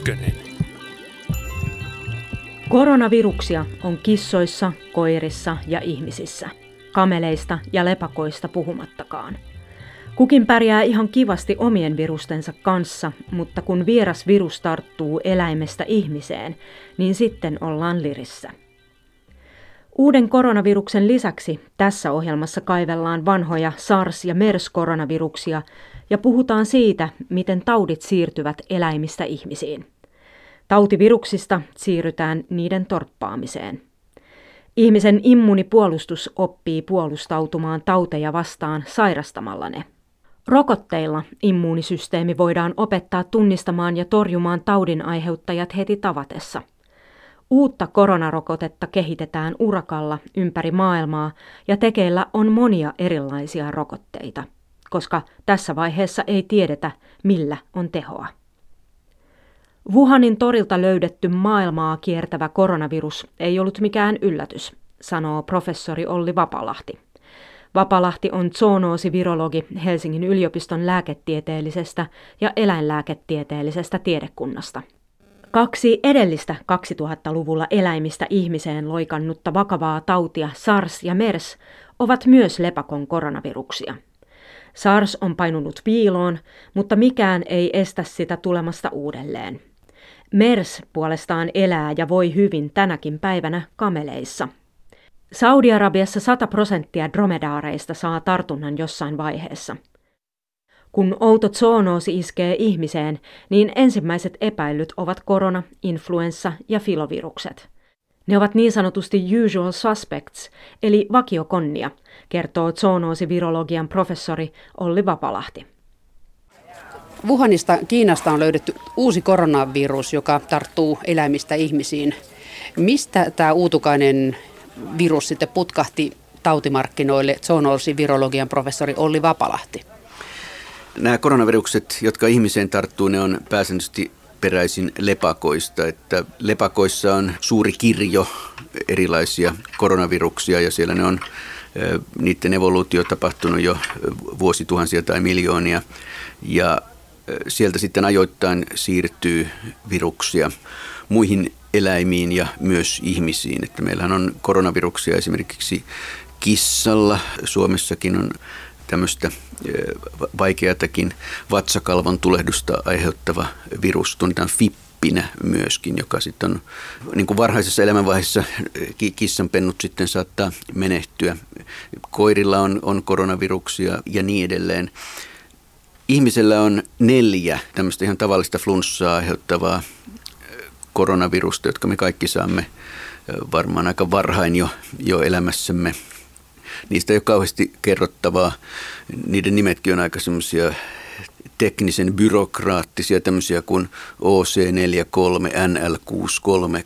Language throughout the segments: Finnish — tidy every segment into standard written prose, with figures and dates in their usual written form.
Ykkönen. Koronaviruksia on kissoissa, koirissa ja ihmisissä. Kameleista ja lepakoista puhumattakaan. Kukin pärjää ihan kivasti omien virustensa kanssa, mutta kun vieras virus tarttuu eläimestä ihmiseen, niin sitten ollaan lirissä. Uuden koronaviruksen lisäksi tässä ohjelmassa kaivellaan vanhoja SARS- ja MERS-koronaviruksia ja puhutaan siitä, miten taudit siirtyvät eläimistä ihmisiin. Tautiviruksista siirrytään niiden torppaamiseen. Ihmisen immunipuolustus oppii puolustautumaan tauteja vastaan sairastamalla ne. Rokotteilla immuunisysteemi voidaan opettaa tunnistamaan ja torjumaan taudin aiheuttajat heti tavatessa. Uutta koronarokotetta kehitetään urakalla ympäri maailmaa ja tekeillä on monia erilaisia rokotteita, koska tässä vaiheessa ei tiedetä, millä on tehoa. Wuhanin torilta löydetty maailmaa kiertävä koronavirus ei ollut mikään yllätys, sanoo professori Olli Vapalahti. Vapalahti on zoonoosivirologi Helsingin yliopiston lääketieteellisestä ja eläinlääketieteellisestä tiedekunnasta. 2 edellistä 2000-luvulla eläimistä ihmiseen loikannutta vakavaa tautia SARS ja MERS ovat myös lepakon koronaviruksia. SARS on painunut piiloon, mutta mikään ei estä sitä tulemasta uudelleen. MERS puolestaan elää ja voi hyvin tänäkin päivänä kameleissa. Saudi-Arabiassa 100% dromedaareista saa tartunnan jossain vaiheessa. Kun outo zoonoosi iskee ihmiseen, niin ensimmäiset epäilyt ovat korona, influenssa ja filovirukset. Ne ovat niin sanotusti usual suspects, eli vakiokonnia, kertoo zoonoosivirologian professori Olli Vapalahti. Wuhanista Kiinasta on löydetty uusi koronavirus, joka tarttuu eläimistä ihmisiin. Mistä tämä uutukainen virus sitten putkahti tautimarkkinoille, zoonoosivirologian professori Olli Vapalahti? Nämä koronavirukset, jotka ihmiseen tarttuu, ne on pääsääntöisesti peräisin lepakoista. Että lepakoissa on suuri kirjo erilaisia koronaviruksia ja siellä ne on niiden evoluutio tapahtunut jo vuosituhansia tai miljoonia. Ja sieltä sitten ajoittain siirtyy viruksia muihin eläimiin ja myös ihmisiin. Että meillähän on koronaviruksia esimerkiksi kissalla. Suomessakin on tämmöistä vaikeatakin vatsakalvon tulehdusta aiheuttava virus, tunnetaan fippinä myöskin, joka sitten on niin kuin varhaisessa elämänvaiheessa kissanpennut sitten saattaa menehtyä. Koirilla on koronaviruksia ja niin edelleen. Ihmisellä on 4 tämmöistä ihan tavallista flunssaa aiheuttavaa koronavirusta, jotka me kaikki saamme varmaan aika varhain jo elämässämme. Niistä ei ole kauheasti kerrottavaa. Niiden nimetkin on aika semmoisia teknisen byrokraattisia, tämmöisiä kuin OC43, NL63,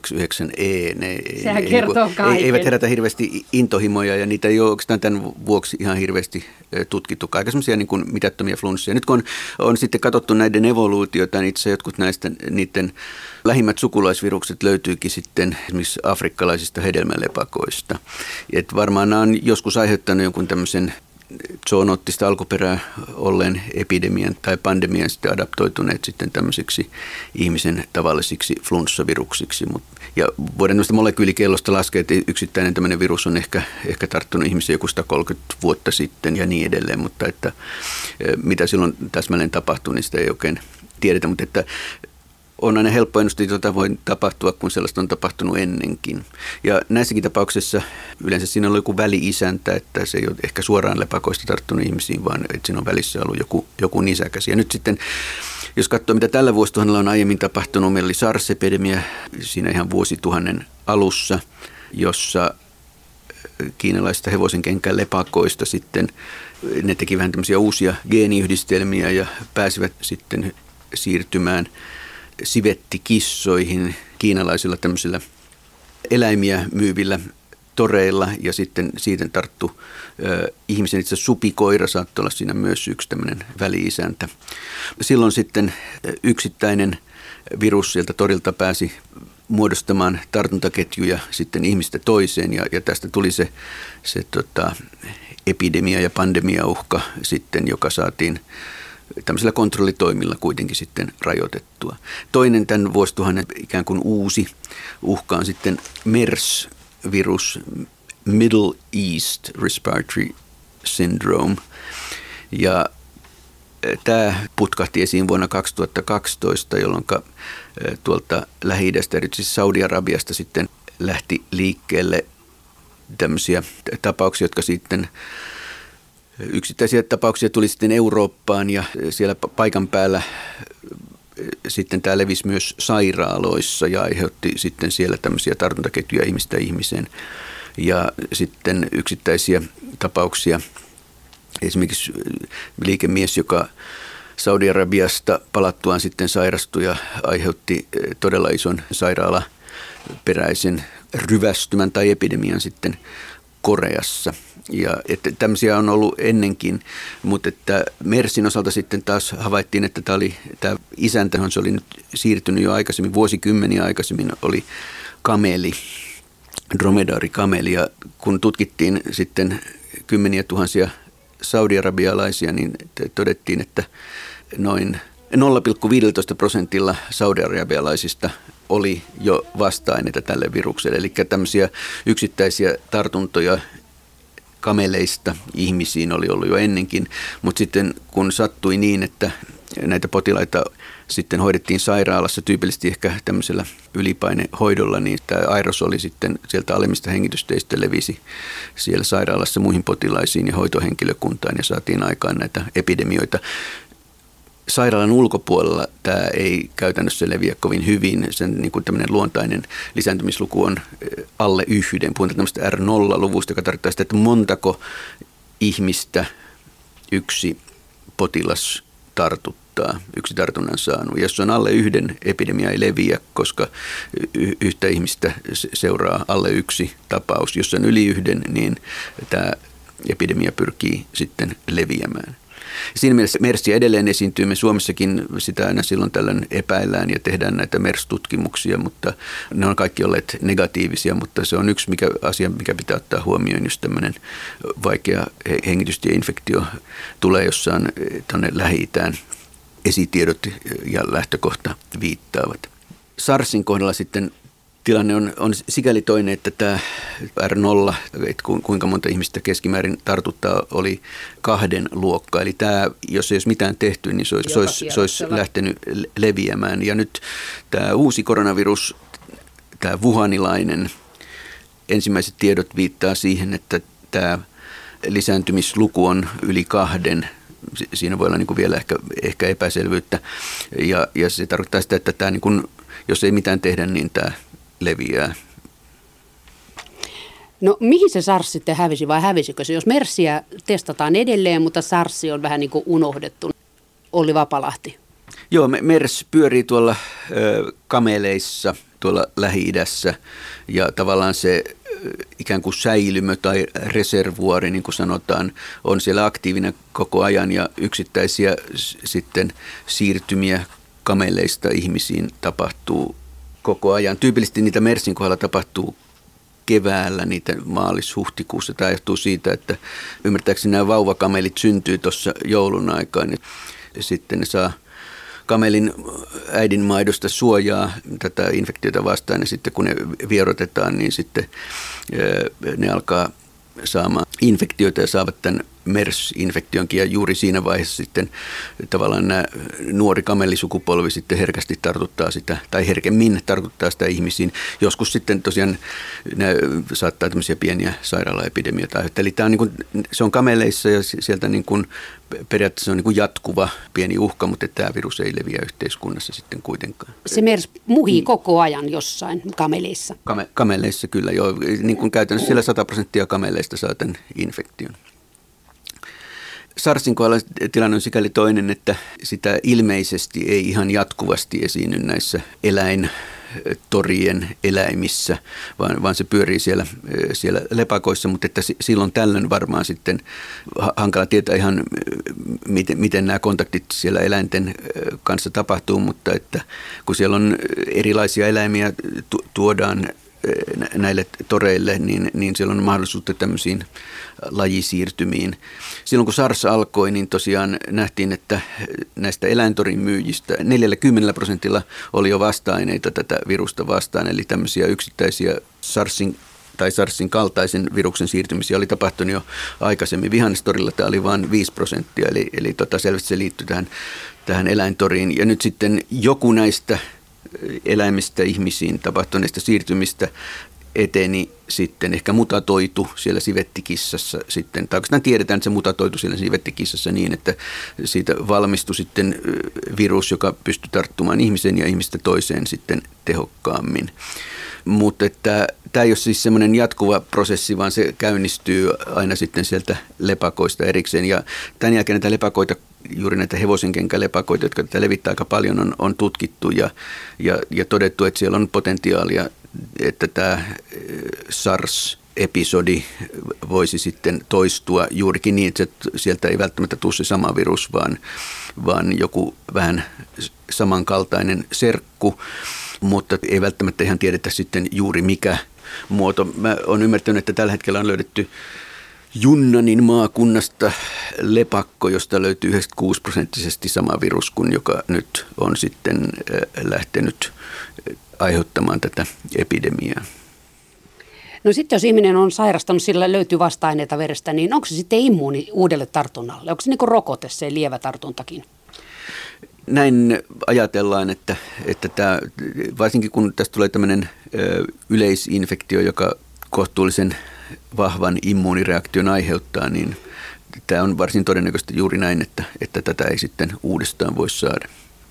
229E. Sehän kertoo kaiken. Eivät herätä hirveästi intohimoja ja niitä ei ole oikeastaan tämän vuoksi ihan hirveästi tutkittu. Aika semmoisia niin kuin mitättömiä flunssia. Nyt kun on sitten katsottu näiden evoluutiota, niin itse jotkut näistä niiden lähimmät sukulaisvirukset löytyykin sitten esimerkiksi afrikkalaisista hedelmälepakoista. Et varmaan nämä on joskus aiheuttanut jonkun tämmöisen zoonoottista alkuperää olleen epidemian tai pandemian sitten adaptoituneet sitten tämmöisiksi ihmisen tavallisiksi flunssaviruksiksi. Ja voidaan noista molekyylikellosta laskea, että yksittäinen tämmöinen virus on ehkä tarttunut ihmisiä joku 130 vuotta sitten ja niin edelleen, mutta että mitä silloin täsmälleen tapahtuu, niin sitä ei oikein tiedetä, mutta että on aina helppo ennustaa, että jotain voi tapahtua, kun sellaista on tapahtunut ennenkin. Ja näissäkin tapauksissa yleensä siinä on joku väli-isäntä, että se ei ole ehkä suoraan lepakoista tarttunut ihmisiin, vaan että siinä on välissä ollut joku nisäkäs. Ja nyt sitten, jos katsoo, mitä tällä vuosituhannella on aiemmin tapahtunut, meillä oli SARS-epidemia siinä ihan vuosituhannen alussa, jossa kiinalaisista hevosenkenkään lepakoista sitten ne teki vähän tämmöisiä uusia geeniyhdistelmiä ja pääsivät sitten siirtymään sivettikissoihin kiinalaisilla tämmöisillä eläimiä myyvillä toreilla ja sitten siitä tarttu ihmisen itse supikoira saattoi olla siinä myös yksi tämmöinen väli-isäntä. Silloin sitten yksittäinen virus sieltä torilta pääsi muodostamaan tartuntaketjuja sitten ihmistä toiseen ja tästä tuli se epidemia ja pandemiauhka sitten, joka saatiin tämmöisillä kontrollitoimilla kuitenkin sitten rajoitettua. Toinen tämän vuosituhannen ikään kuin uusi uhka on sitten MERS-virus, Middle East Respiratory Syndrome. Ja tämä putkahti esiin vuonna 2012, jolloin tuolta Lähi-idästä, erityisesti Saudi-Arabiasta sitten lähti liikkeelle tämmöisiä tapauksia, jotka sitten yksittäisiä tapauksia tuli sitten Eurooppaan ja siellä paikan päällä sitten tämä levisi myös sairaaloissa ja aiheutti sitten siellä tämmöisiä tartuntaketjuja ihmistä ihmiseen. Ja sitten yksittäisiä tapauksia, esimerkiksi liikemies, joka Saudi-Arabiasta palattuaan sitten sairastui ja aiheutti todella ison sairaalaperäisen ryvästymän tai epidemian sitten Koreassa. Ja että tämmöisiä on ollut ennenkin, mutta että MERSin osalta sitten taas havaittiin, että tämä isäntä, se oli nyt siirtynyt jo aikaisemmin, vuosikymmeniä aikaisemmin oli kameli, dromedaarikameli, ja kun tutkittiin sitten kymmeniä tuhansia saudi-arabialaisia, niin todettiin, että noin 0,15% saudi-arabialaisista oli jo vasta-aineita tälle virukselle. Eli tämmöisiä yksittäisiä tartuntoja kameleista ihmisiin oli ollut jo ennenkin, mutta sitten kun sattui niin, että näitä potilaita sitten hoidettiin sairaalassa, tyypillisesti ehkä tämmöisellä ylipainehoidolla, niin tämä aerosoli sitten sieltä alemmista hengitysteistä levisi siellä sairaalassa muihin potilaisiin ja hoitohenkilökuntaan ja saatiin aikaan näitä epidemioita. Sairaalan ulkopuolella tämä ei käytännössä leviä kovin hyvin. Sen niin kuin tämmöinen luontainen lisääntymisluku on alle 1. Puhutaan tämmöistä R0-luvusta, joka tarkoittaa sitä, että montako ihmistä yksi potilas tartuttaa, yksi tartunnan saanut. Jos on alle 1, epidemia ei leviä, koska yhtä ihmistä seuraa alle 1 tapaus. Jos on yli 1, niin tämä epidemia pyrkii sitten leviämään. Siinä mielessä MERSiä edelleen esiintyy. Me Suomessakin sitä aina silloin tällöin epäillään ja tehdään näitä MERS-tutkimuksia, mutta ne on kaikki olleet negatiivisia, mutta se on yksi asia, mikä pitää ottaa huomioon, jos tämmöinen vaikea hengitystieinfektio tulee jossain tuonne Lähi-Itään esitiedot ja lähtökohta viittaavat. SARSin kohdalla sitten tilanne on sikäli toinen, että tämä R0, että kuinka monta ihmistä keskimäärin tartuttaa, oli 2 luokkaa. Eli tämä, jos ei olisi mitään tehty, niin se olisi lähtenyt leviämään. Ja nyt tämä uusi koronavirus, tämä wuhanilainen, ensimmäiset tiedot viittaa siihen, että tämä lisääntymisluku on yli 2. Siinä voi olla niin kuin vielä ehkä epäselvyyttä. Ja se tarkoittaa sitä, että tämä, niin kuin, jos ei mitään tehdä, niin tämä leviää. No mihin se SARS sitten hävisi vai hävisikö se? Jos MERSiä testataan edelleen, mutta SARS on vähän niin kuin unohdettu. Olli Vapalahti. Joo, MERS pyörii tuolla kameleissa, tuolla Lähi-idässä ja tavallaan se ikään kuin säilymö tai reservuaari, niin kuin sanotaan, on siellä aktiivinen koko ajan ja yksittäisiä sitten siirtymiä kameleista ihmisiin tapahtuu koko ajan. Tyypillisesti niitä MERSin kohdalla tapahtuu keväällä, niitä maalis-huhtikuussa. Tämä johtuu siitä, että ymmärtääkseni nämä vauvakamelit syntyy tuossa joulun aikaan. Ja sitten ne saa kamelin äidin maidosta suojaa tätä infektiota vastaan ja sitten kun ne vierotetaan, niin sitten ne alkaa saamaan infektioita ja saavat tämän MERS-infektionkin ja juuri siinä vaiheessa sitten tavallaan nämä nuori kamelisukupolvi sitten herkästi tartuttaa sitä tai herkemmin tartuttaa sitä ihmisiin. Joskus sitten tosiaan nämä saattaa tämmöisiä pieniä sairaalaepidemioita aiheuttaa. Eli tämä on niin kuin, se on kameleissa ja sieltä niin kuin, periaatteessa on niin kuin jatkuva pieni uhka, mutta tämä virus ei leviä yhteiskunnassa sitten kuitenkaan. Se MERS muhii koko ajan jossain kameleissa. Kameleissa kyllä joo. Niin kuin käytännössä siellä 100% kameleista saa tämän infektion. SARSin kohdalla tilanne on sikäli toinen, että sitä ilmeisesti ei ihan jatkuvasti esiinny näissä eläintorien eläimissä, vaan se pyörii siellä lepakoissa, mutta että silloin tällöin varmaan sitten hankala tietää ihan, miten nämä kontaktit siellä eläinten kanssa tapahtuu, mutta että kun siellä on erilaisia eläimiä, tuodaan näille toreille, niin siellä on mahdollisuutta tämmöisiin lajisiirtymiin. Silloin kun SARS alkoi, niin tosiaan nähtiin, että näistä eläintorin myyjistä 40% oli jo vasta-aineita tätä virusta vastaan, eli tämmöisiä yksittäisiä SARSin kaltaisen viruksen siirtymisiä oli tapahtunut jo aikaisemmin. Vihannestorilla tämä oli vain 5%, eli selvästi se liittyy tähän eläintoriin. Ja nyt sitten joku näistä eläimistä ihmisiin tapahtuneista siirtymistä eteni sitten, ehkä mutatoitu siellä sivettikissassa sitten, tai oikeastaan tiedetään, että se mutatoitu siellä sivettikissassa niin, että siitä valmistui sitten virus, joka pystyi tarttumaan ihmisen ja ihmistä toiseen sitten tehokkaammin. Mutta tämä ei ole siis semmoinen jatkuva prosessi, vaan se käynnistyy aina sitten sieltä lepakoista erikseen. Ja tämän jälkeen näitä lepakoita, juuri näitä hevosenkenkälepakoita, jotka tätä levittää aika paljon, on tutkittu ja todettu, että siellä on potentiaalia, että tämä SARS-episodi voisi sitten toistua juurikin niin, että sieltä ei välttämättä tule se sama virus, vaan joku vähän samankaltainen serkku. Mutta ei välttämättä ihan tiedetä sitten juuri mikä muoto. Mä oon ymmärtänyt, että tällä hetkellä on löydetty Yunnanin maakunnasta lepakko, josta löytyy 96% sama virus kuin joka nyt on sitten lähtenyt aiheuttamaan tätä epidemiaa. No sitten jos ihminen on sairastanut, sillä löytyy vasta-aineita verestä, niin onko se sitten immuuni uudelle tartunnalle? Onko se niin kuin rokote, se lievä tartuntakin? Näin ajatellaan, että tämä, varsinkin kun tästä tulee tämmöinen yleisinfektio, joka kohtuullisen vahvan immuunireaktion aiheuttaa, niin tämä on varsin todennäköistä juuri näin, että tätä ei sitten uudestaan voi saada.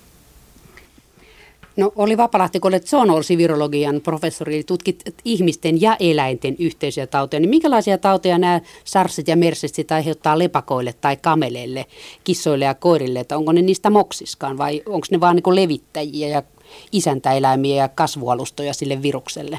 No Olli Vapalahti, kun olet zoonoosi-virologian professori, eli tutkit ihmisten ja eläinten yhteisiä tauteja, niin minkälaisia tauteja nämä SARSit ja MERSit aiheuttaa lepakoille tai kameleille, kissoille ja koirille, että onko ne niistä moksiskaan vai onko ne vaan niin kuin levittäjiä ja isäntäeläimiä ja kasvualustoja sille virukselle?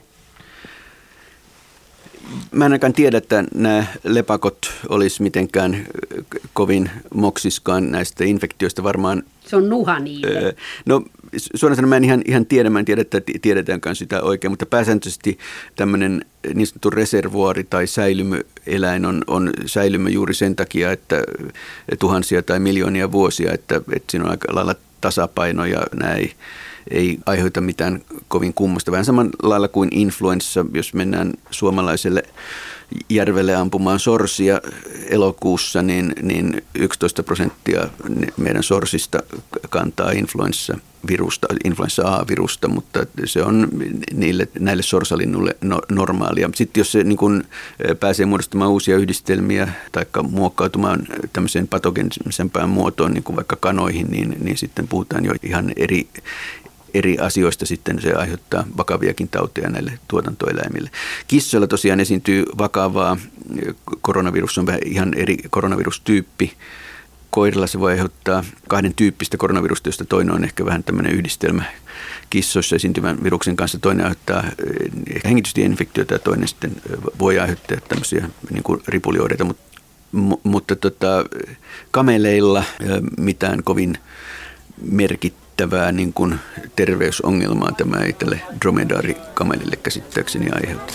Mä en ainakaan tiedä, että nämä lepakot olisi mitenkään kovin moksiskaan näistä infektioista varmaan. Se on nuha niille. No suoraan sanoen mä en ihan tiedä, mä en tiedä, että tiedetäänkään sitä oikein, mutta pääsääntöisesti tämmöinen niin sanottu reservuaari tai säilymöeläin on säilymö juuri sen takia, että tuhansia tai miljoonia vuosia, että siinä on aika lailla tasapaino ja nämä ei aiheuta mitään kovin kummosta. Vähän samalla lailla kuin influenssa, jos mennään suomalaiselle järvelle ampumaan sorsia elokuussa, niin 11% meidän sorsista kantaa influenssa A-virusta, mutta se on näille sorsalinnuille normaalia. Sitten jos se niin kun pääsee muodostamaan uusia yhdistelmiä tai muokkautumaan tämmöiseen patogenisempään muotoon, niin kuin vaikka kanoihin, niin sitten puhutaan jo ihan eri asioista sitten se aiheuttaa vakaviakin tauteja näille tuotantoeläimille. Kissoilla tosiaan esiintyy vakavaa. Koronavirus on vähän ihan eri koronavirustyyppi. Koirilla se voi aiheuttaa 2 tyyppistä koronavirusta, josta toinen on ehkä vähän tämmöinen yhdistelmä kissoissa esiintyvän viruksen kanssa. Toinen aiheuttaa hengitystieinfektiota ja toinen sitten voi aiheuttaa tämmöisiä niin kuin ripulioireita, mutta kameleilla mitään kovin merkittävää niin kuin terveysongelmaa tämä ei tälle dromedaarikamelille käsittääkseni aiheuta.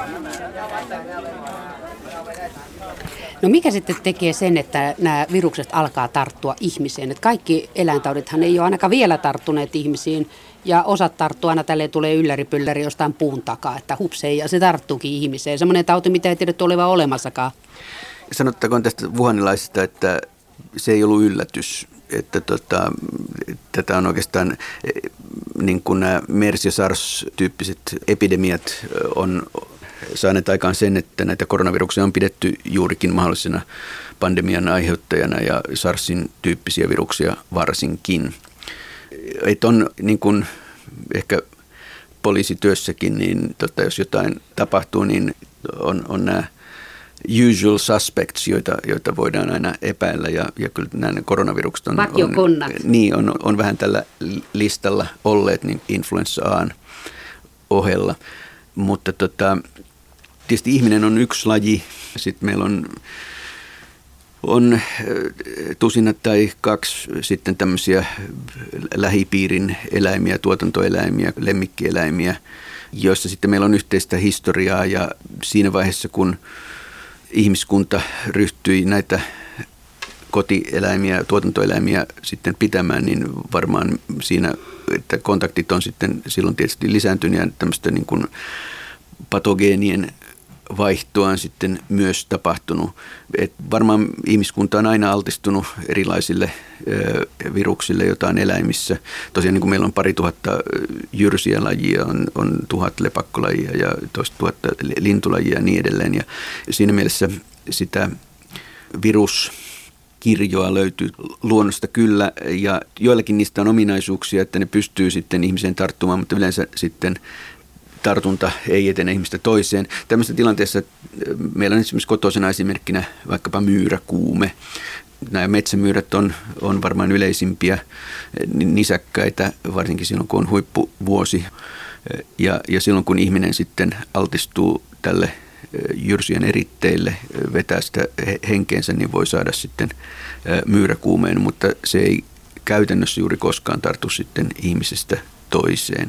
No mikä sitten tekee sen, että nämä virukset alkaa tarttua ihmiseen? Että kaikki eläintaudithan ei ole ainakaan vielä tarttuneet ihmisiin ja osat tarttuu aina tälleen tulee ylläripylläri jostain puun takaa, että hupsei ja se tarttuukin ihmiseen. Semmoinen tauti, mitä ei tiedetty olevan olemassakaan. Sanottakoon tästä wuhanilaisesta, että se ei ollut yllätys. Että tätä on oikeastaan, niin kuin nämä MERS- ja SARS-tyyppiset epidemiat on saaneet aikaan sen, että näitä koronaviruksia on pidetty juurikin mahdollisena pandemian aiheuttajana ja SARSin tyyppisiä viruksia varsinkin. Että on niin kuin ehkä poliisityössäkin, niin jos jotain tapahtuu, niin on nämä usual suspects, joita voidaan aina epäillä, ja kyllä nämä koronavirukset on vähän tällä listalla olleet niin influenssa A:n ohella. Mutta tietysti ihminen on yksi laji, sitten meillä on tusina tai 2 sitten tämmöisiä lähipiirin eläimiä, tuotantoeläimiä, lemmikkieläimiä, joissa sitten meillä on yhteistä historiaa, ja siinä vaiheessa, kun ihmiskunta ryhtyi näitä kotieläimiä, tuotantoeläimiä sitten pitämään, niin varmaan siinä, että kontaktit on sitten silloin tietysti lisääntynyt ja tämmöistä niin kuin patogeenien vaihtoa on sitten myös tapahtunut. Et varmaan ihmiskunta on aina altistunut erilaisille viruksille, joita on eläimissä. Tosiaan niin kuin meillä on 2000 jyrsijälajia, on 1000 lepakkolajia ja 1000 lintulajia ja niin edelleen. Ja siinä mielessä sitä viruskirjoa löytyy luonnosta kyllä, ja joillakin niistä on ominaisuuksia, että ne pystyy sitten ihmiseen tarttumaan, mutta yleensä sitten tartunta ei etene ihmistä toiseen. Tämmöisessä tilanteessa meillä on esimerkiksi kotoisena esimerkkinä vaikkapa myyräkuume. Nämä metsämyyrät on varmaan yleisimpiä nisäkkäitä, varsinkin silloin kun on huippuvuosi. Ja silloin kun ihminen sitten altistuu tälle jyrsien eritteille, vetää sitä henkeensä, niin voi saada sitten myyräkuumeen, mutta se ei käytännössä juuri koskaan tartu sitten ihmisestä toiseen.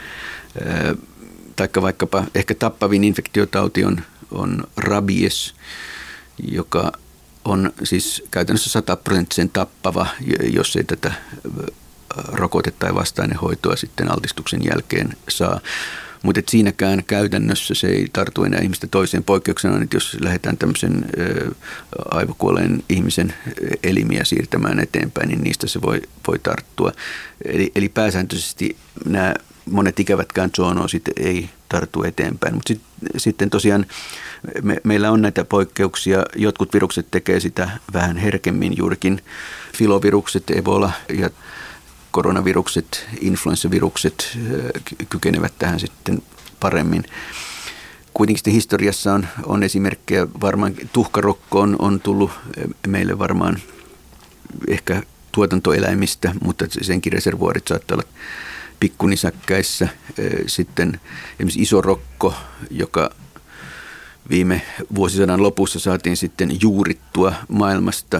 Taikka vaikkapa ehkä tappavin infektiotauti on rabies, joka on siis käytännössä 100% tappava, jos ei tätä rokotetta tai vastainen hoitoa sitten altistuksen jälkeen saa. Mutta siinäkään käytännössä se ei tartu enää ihmistä toiseen. Poikkeuksena, että jos lähdetään tämmöisen aivokuolleen ihmisen elimiä siirtämään eteenpäin, niin niistä se voi tarttua. Eli pääsääntöisesti nämä monet ikävätkään zoonoosit ei tartu eteenpäin, mutta sitten tosiaan meillä on näitä poikkeuksia. Jotkut virukset tekee sitä vähän herkemmin, juurikin filovirukset, Ebola ja koronavirukset, influenssavirukset kykenevät tähän sitten paremmin. Kuitenkin sitten historiassa on esimerkkejä, varmaan tuhkarokko on tullut meille varmaan ehkä tuotantoeläimistä, mutta senkin reservuaarit saattaa olla pikkunisäkkäissä. Sitten esimerkiksi iso rokko, joka viime vuosisadan lopussa saatiin sitten juurittua maailmasta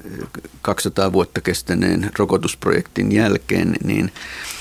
200 vuotta kestäneen rokotusprojektin jälkeen, niin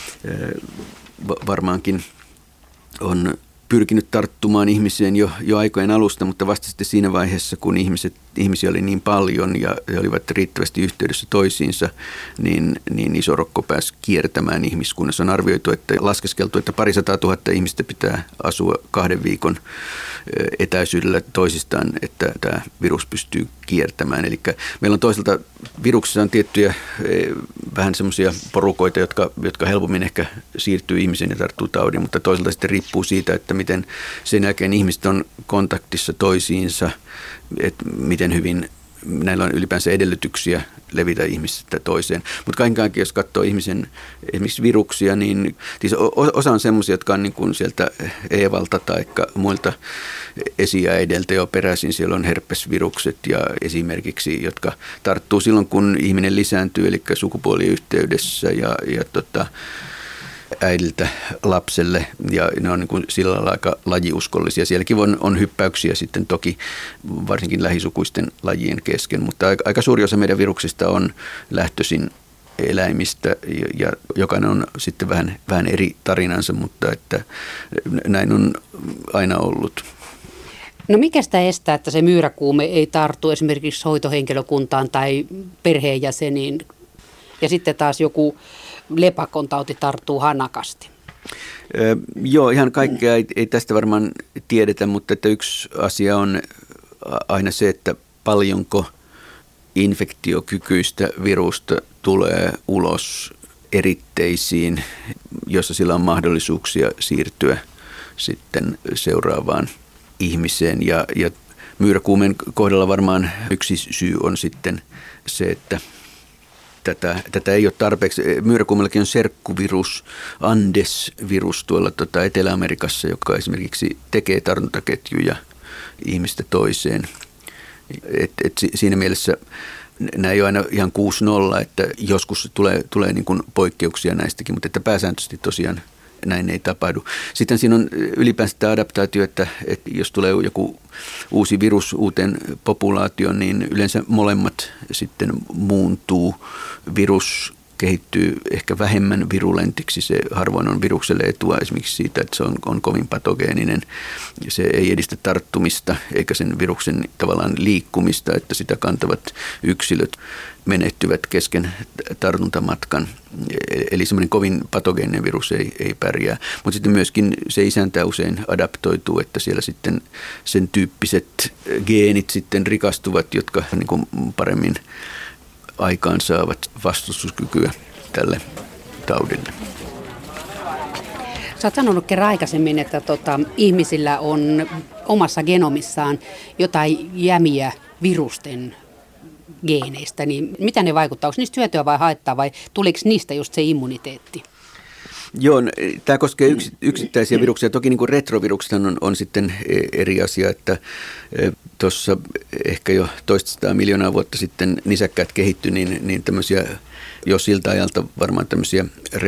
varmaankin on pyrkinyt tarttumaan ihmiseen jo aikojen alusta, mutta vasta sitten siinä vaiheessa, kun ihmisiä oli niin paljon ja he olivat riittävästi yhteydessä toisiinsa, niin iso rokko pääsi kiertämään ihmiskunnassa. On arvioitu, että laskeskeltu, että 200 000 ihmistä pitää asua 2 viikon etäisyydellä toisistaan, että tämä virus pystyy kiertämään. Eli meillä on toisaalta viruksissa on tiettyjä vähän semmoisia porukoita, jotka helpommin ehkä siirtyy ihmiseen ja tarttuu taudin, mutta toisaalta sitten riippuu siitä, että miten sen jälkeen ihmiset on kontaktissa toisiinsa, että miten hyvin näillä on ylipäänsä edellytyksiä levitä ihmisestä toiseen. Mutta kaiken kaikkiaan, jos katsoo ihmisen esimerkiksi viruksia, niin siis osa on semmoisia, jotka on niin kuin sieltä Eevalta tai muilta esiäideltä jo peräisin. Siellä on herpesvirukset ja esimerkiksi, jotka tarttuu silloin, kun ihminen lisääntyy, eli sukupuoliyhteydessä ja äidiltä lapselle, ja ne on niin kuin sillä lailla aika lajiuskollisia. Sielläkin on hyppäyksiä sitten toki varsinkin lähisukuisten lajien kesken, mutta aika suuri osa meidän viruksista on lähtöisin eläimistä, ja jokainen on sitten vähän eri tarinansa, mutta että näin on aina ollut. No mikä sitä estää, että se myyräkuume ei tartu esimerkiksi hoitohenkilökuntaan tai perheenjäseniin, ja sitten taas joku lepakon tauti tarttuu hanakasti? Joo, ihan kaikkea ei tästä varmaan tiedetä, mutta että yksi asia on aina se, että paljonko infektiokykyistä virusta tulee ulos eritteisiin, jossa sillä on mahdollisuuksia siirtyä sitten seuraavaan ihmiseen. Ja myyräkuumen kohdalla varmaan yksi syy on sitten se, että tätä ei ole tarpeeksi. Myyräkuumellakin on serkkuvirus, Andes-virus tuolla Etelä-Amerikassa, joka esimerkiksi tekee tartuntaketjuja ihmistä toiseen. Siinä mielessä nämä ei ole aina ihan 6-0, että joskus tulee niin kuin poikkeuksia näistäkin, mutta että pääsääntöisesti tosiaan näin ei tapahdu. Sitten siinä on ylipäänsä tämä adaptaatio, että jos tulee joku uusi virus uuteen populaatioon, niin yleensä molemmat sitten muuntuu. Virus kehittyy ehkä vähemmän virulentiksi. Se harvoin on virukselle etua esimerkiksi siitä, että se on kovin patogeeninen. Se ei edistä tarttumista eikä sen viruksen tavallaan liikkumista, että sitä kantavat yksilöt menehtyvät kesken tartuntamatkan. Eli semmoinen kovin patogeeninen virus ei pärjää. Mutta sitten myöskin se isäntä usein adaptoituu, että siellä sitten sen tyyppiset geenit sitten rikastuvat, jotka niin kuin paremmin aikaan saavat vastustuskykyä tälle taudille. Sä oot sanonut kerran aikaisemmin, että ihmisillä on omassa genomissaan jotain jämiä virusten geeneistä, niin mitä ne vaikuttaa? Onko niistä hyötyä vai haittaa vai tuliko niistä just se immuniteetti? Joo, tämä koskee yksittäisiä viruksia. Toki niin kuin retrovirukset on sitten eri asia, että tuossa ehkä jo 200 miljoonaa vuotta sitten nisäkkäät kehittyi, niin tämmöisiä jo siltä ajalta varmaan tämmöisiä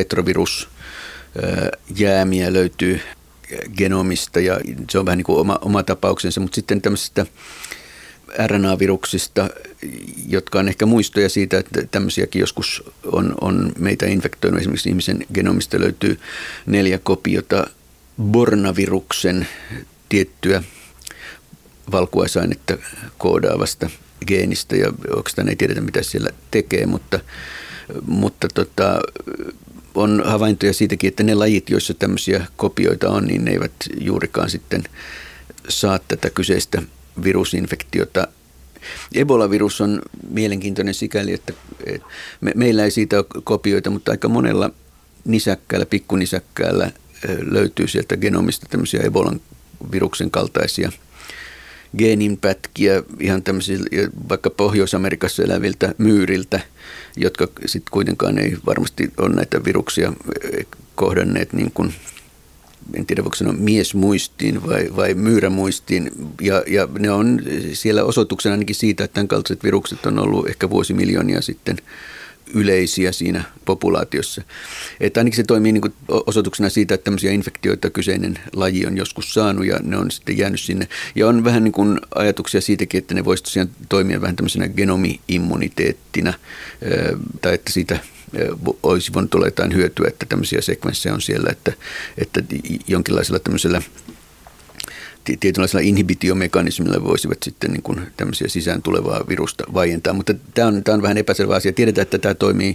retrovirusjäämiä löytyy genomista ja se on vähän niin kuin oma tapauksensa, mutta sitten tämmöisistä RNA-viruksista, jotka on ehkä muistoja siitä, että tämmöisiäkin joskus on meitä infektoinut. Esimerkiksi ihmisen genomista löytyy 4 kopiota Bornaviruksen tiettyä valkuaisainetta koodaavasta geenistä, ja oikeastaan ei tiedetä, mitä siellä tekee, mutta on havaintoja siitäkin, että ne lajit, joissa tämmöisiä kopioita on, niin ne eivät juurikaan sitten saa tätä kyseistä virusinfektiota. Ebola-virus on mielenkiintoinen sikäli, että meillä ei siitä ole kopioita, mutta aika monella nisäkkäällä, pikkunisäkkäällä löytyy sieltä genomista tämmöisiä Ebolan viruksen kaltaisia geeninpätkiä ihan tämmöisiä vaikka Pohjois-Amerikassa eläviltä myyriltä, jotka sitten kuitenkaan ei varmasti ole näitä viruksia kohdanneet niin kuin, en tiedä voiko sanoa miesmuistiin vai myyrämuistiin, ja ne on siellä osoituksena ainakin siitä, että tämän kaltaiset virukset on ollut ehkä vuosimiljoonia sitten yleisiä siinä populaatiossa. Että ainakin se toimii niin kuin osoituksena siitä, että tämmöisiä infektioita kyseinen laji on joskus saanut ja ne on sitten jäänyt sinne. Ja on vähän niin kuin ajatuksia siitäkin, että ne voisivat tosiaan toimia vähän tämmöisenä genomi-immuniteettina tai että siitä olisi voinut olla jotain hyötyä, että tämmöisiä sekvenssejä on siellä, että jonkinlaisella tämmöisellä tietynlaisella inhibitiomekanismilla voisivat sitten niin kuin tämmöisiä sisään tulevaa virusta vaientaa, mutta tämä on vähän epäselvä asia. Tiedetään, että tämä toimii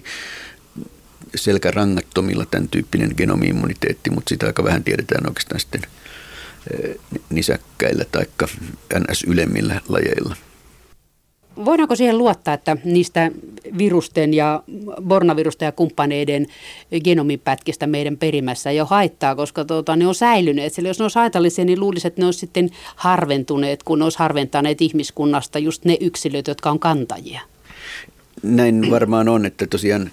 selkärangattomilla tämän tyyppinen genomi-immuniteetti, mutta sitä aika vähän tiedetään oikeastaan sitten nisäkkäillä tai NS-ylemmillä lajeilla. Voidaanko siihen luottaa, että niistä virusten ja Bornavirusta ja kumppaneiden genomipätkistä meidän perimässä ei ole haittaa, koska ne on säilyneet. Sillä jos ne olisi haitallisia, niin luulisi, että ne olisi sitten harventuneet, kun ne olisi harventaneet ihmiskunnasta just ne yksilöt, jotka on kantajia. Näin varmaan on, että tosiaan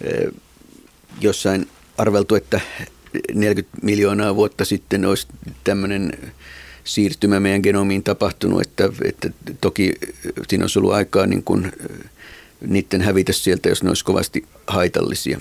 jossain arveltu, että 40 miljoonaa vuotta sitten olisi tämmöinen siirtymä meidän genomiin tapahtunut, että toki siinä olisi ollut aikaa niin kuin niiden hävitä sieltä, jos ne olisi kovasti haitallisia.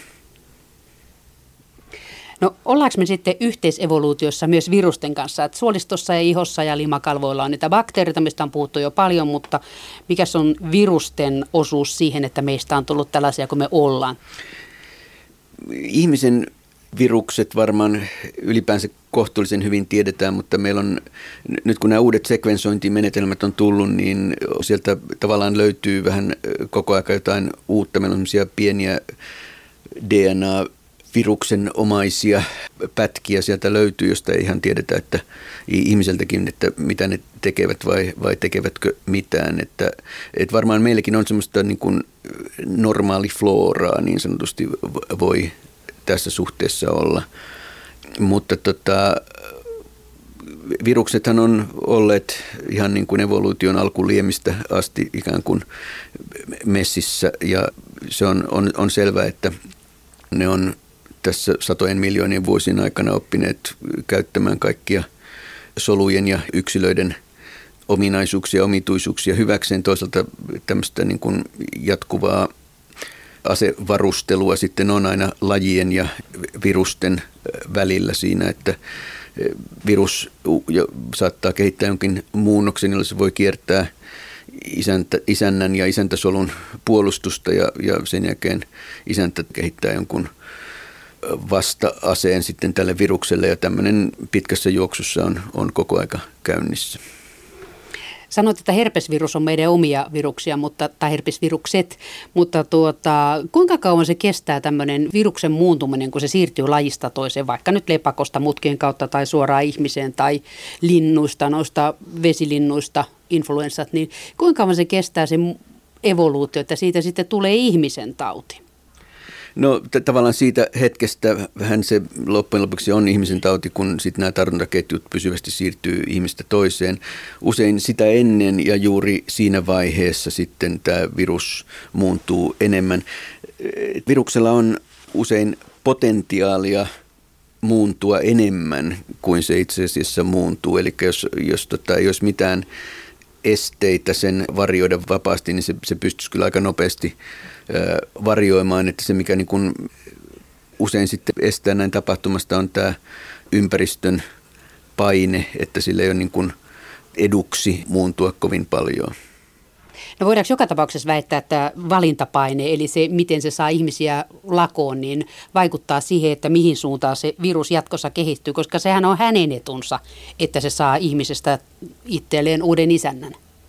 No ollaanko me sitten yhteisevoluutiossa myös virusten kanssa? Että suolistossa ja ihossa ja limakalvoilla on niitä bakteereita, mistä on puhuttu jo paljon, mutta mikä on virusten osuus siihen, että meistä on tullut tällaisia kuin me ollaan? Ihmisen virukset varmaan ylipäänsä kohtuullisen hyvin tiedetään, mutta meillä on, nyt kun nämä uudet sekvensointimenetelmät on tullut, niin sieltä tavallaan löytyy vähän koko ajan jotain uutta. Meillä on sellaisia pieniä DNA-viruksen omaisia pätkiä sieltä löytyy, josta ei ihan tiedetä, että ihmiseltäkin, että mitä ne tekevät vai tekevätkö mitään. Että varmaan meilläkin on semmoista niin kuin normaali floraa niin sanotusti voi tässä suhteessa olla. Mutta viruksethan on olleet ihan niin kuin evoluution alkuliemistä asti ikään kuin messissä, ja se on selvää, että ne on tässä satojen miljoonien vuosien aikana oppineet käyttämään kaikkia solujen ja yksilöiden ominaisuuksia ja omituisuuksia hyväkseen. Toisaalta tämmöistä niin kuin jatkuvaa asevarustelua sitten on aina lajien ja virusten välillä siinä, että virus saattaa kehittää jonkin muunnoksen, jolla se voi kiertää isännän ja isäntäsolun puolustusta ja sen jälkeen isäntä kehittää jonkun vasta-aseen sitten tälle virukselle ja tämmöinen pitkässä juoksussa on koko aika käynnissä. Sanoit, että herpesvirus on meidän omia viruksia, tai herpesvirukset, mutta kuinka kauan se kestää tämmöinen viruksen muuntuminen, kun se siirtyy lajista toiseen, vaikka nyt lepakosta mutkien kautta tai suoraan ihmiseen tai linnuista, noista vesilinnuista, influenssat, niin kuinka kauan se kestää se evoluutio, että siitä sitten tulee ihmisen tauti? No tavallaan siitä hetkestä vähän se loppujen lopuksi on ihmisen tauti, kun sitten nämä tartuntaketjut pysyvästi siirtyy ihmistä toiseen. Usein sitä ennen ja juuri siinä vaiheessa sitten tämä virus muuntuu enemmän. Viruksella on usein potentiaalia muuntua enemmän kuin se itse asiassa muuntuu. Eli jos ei olisi mitään esteitä sen varjoida vapaasti, niin se pystyisi kyllä aika nopeasti varjoimaan, että se mikä niin kuin usein sitten estää näin tapahtumasta on tämä ympäristön paine, että sillä ei ole niin kuin eduksi muuntua kovin paljon. No voidaanko joka tapauksessa väittää, että valintapaine, eli se miten se saa ihmisiä lakoon, niin vaikuttaa siihen, että mihin suuntaan se virus jatkossa kehittyy, koska sehän on hänen etunsa, että se saa ihmisestä itselleen uuden isännän.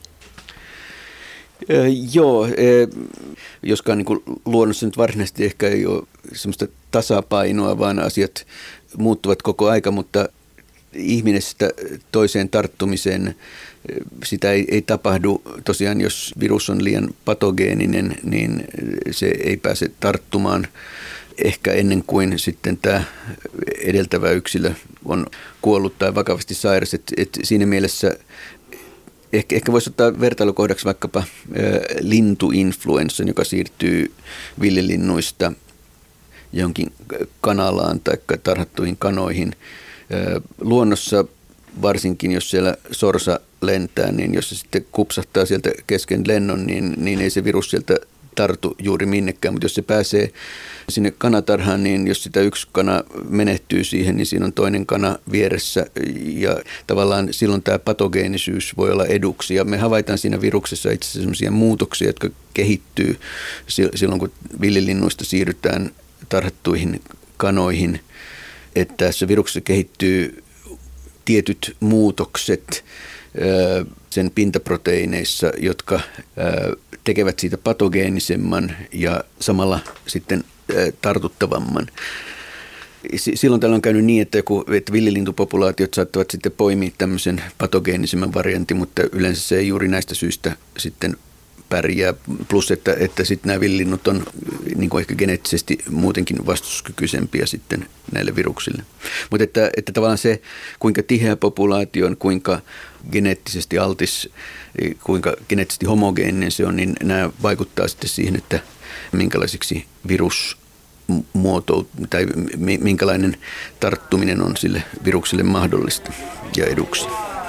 Joo, joskaan niin kuin luonnossa nyt varsinaisesti ehkä ei ole semmoista tasapainoa, vaan asiat muuttuvat koko aika, mutta ihminen sitä toiseen tarttumiseen, sitä ei tapahdu. Tosiaan, jos virus on liian patogeeninen, niin se ei pääse tarttumaan ehkä ennen kuin sitten tämä edeltävä yksilö on kuollut tai vakavasti sairas. Et siinä mielessä ehkä voisi ottaa vertailukohdaksi vaikkapa lintuinfluenssan, joka siirtyy villilinnuista johonkin kanalaan tai tarhattuihin kanoihin. Luonnossa varsinkin, jos siellä sorsa lentää, niin jos se sitten kupsahtaa sieltä kesken lennon, niin ei se virus sieltä tartu juuri minnekään. Mutta jos se pääsee sinne kanatarhaan, niin jos sitä yksi kana menehtyy siihen, niin siinä on toinen kana vieressä. Ja tavallaan silloin tämä patogeenisyys voi olla eduksi. Ja me havaitaan siinä viruksessa itse asiassa sellaisia muutoksia, jotka kehittyy silloin, kun villilinnuista siirrytään tarhattuihin kanoihin. Että tässä viruksessa kehittyy tietyt muutokset sen pintaproteiineissa, jotka tekevät siitä patogeenisemman ja samalla sitten tartuttavamman. Silloin tällä on käynyt niin, että villilintupopulaatiot saattavat sitten poimia tämmöisen patogeenisemman variantin, mutta yleensä se ei juuri näistä syistä sitten pärjää. Plus, että sitten nämä villilinnut on niin kuin ehkä geneettisesti muutenkin vastustuskykyisempiä sitten näille viruksille. Mutta että tavallaan se, kuinka tiheä populaatio on, kuinka geneettisesti altis, kuinka geneettisesti homogeeninen se on, niin nämä vaikuttaa sitten siihen, että minkälaisiksi virus muoto tai minkälainen tarttuminen on sille virukselle mahdollista ja eduksi.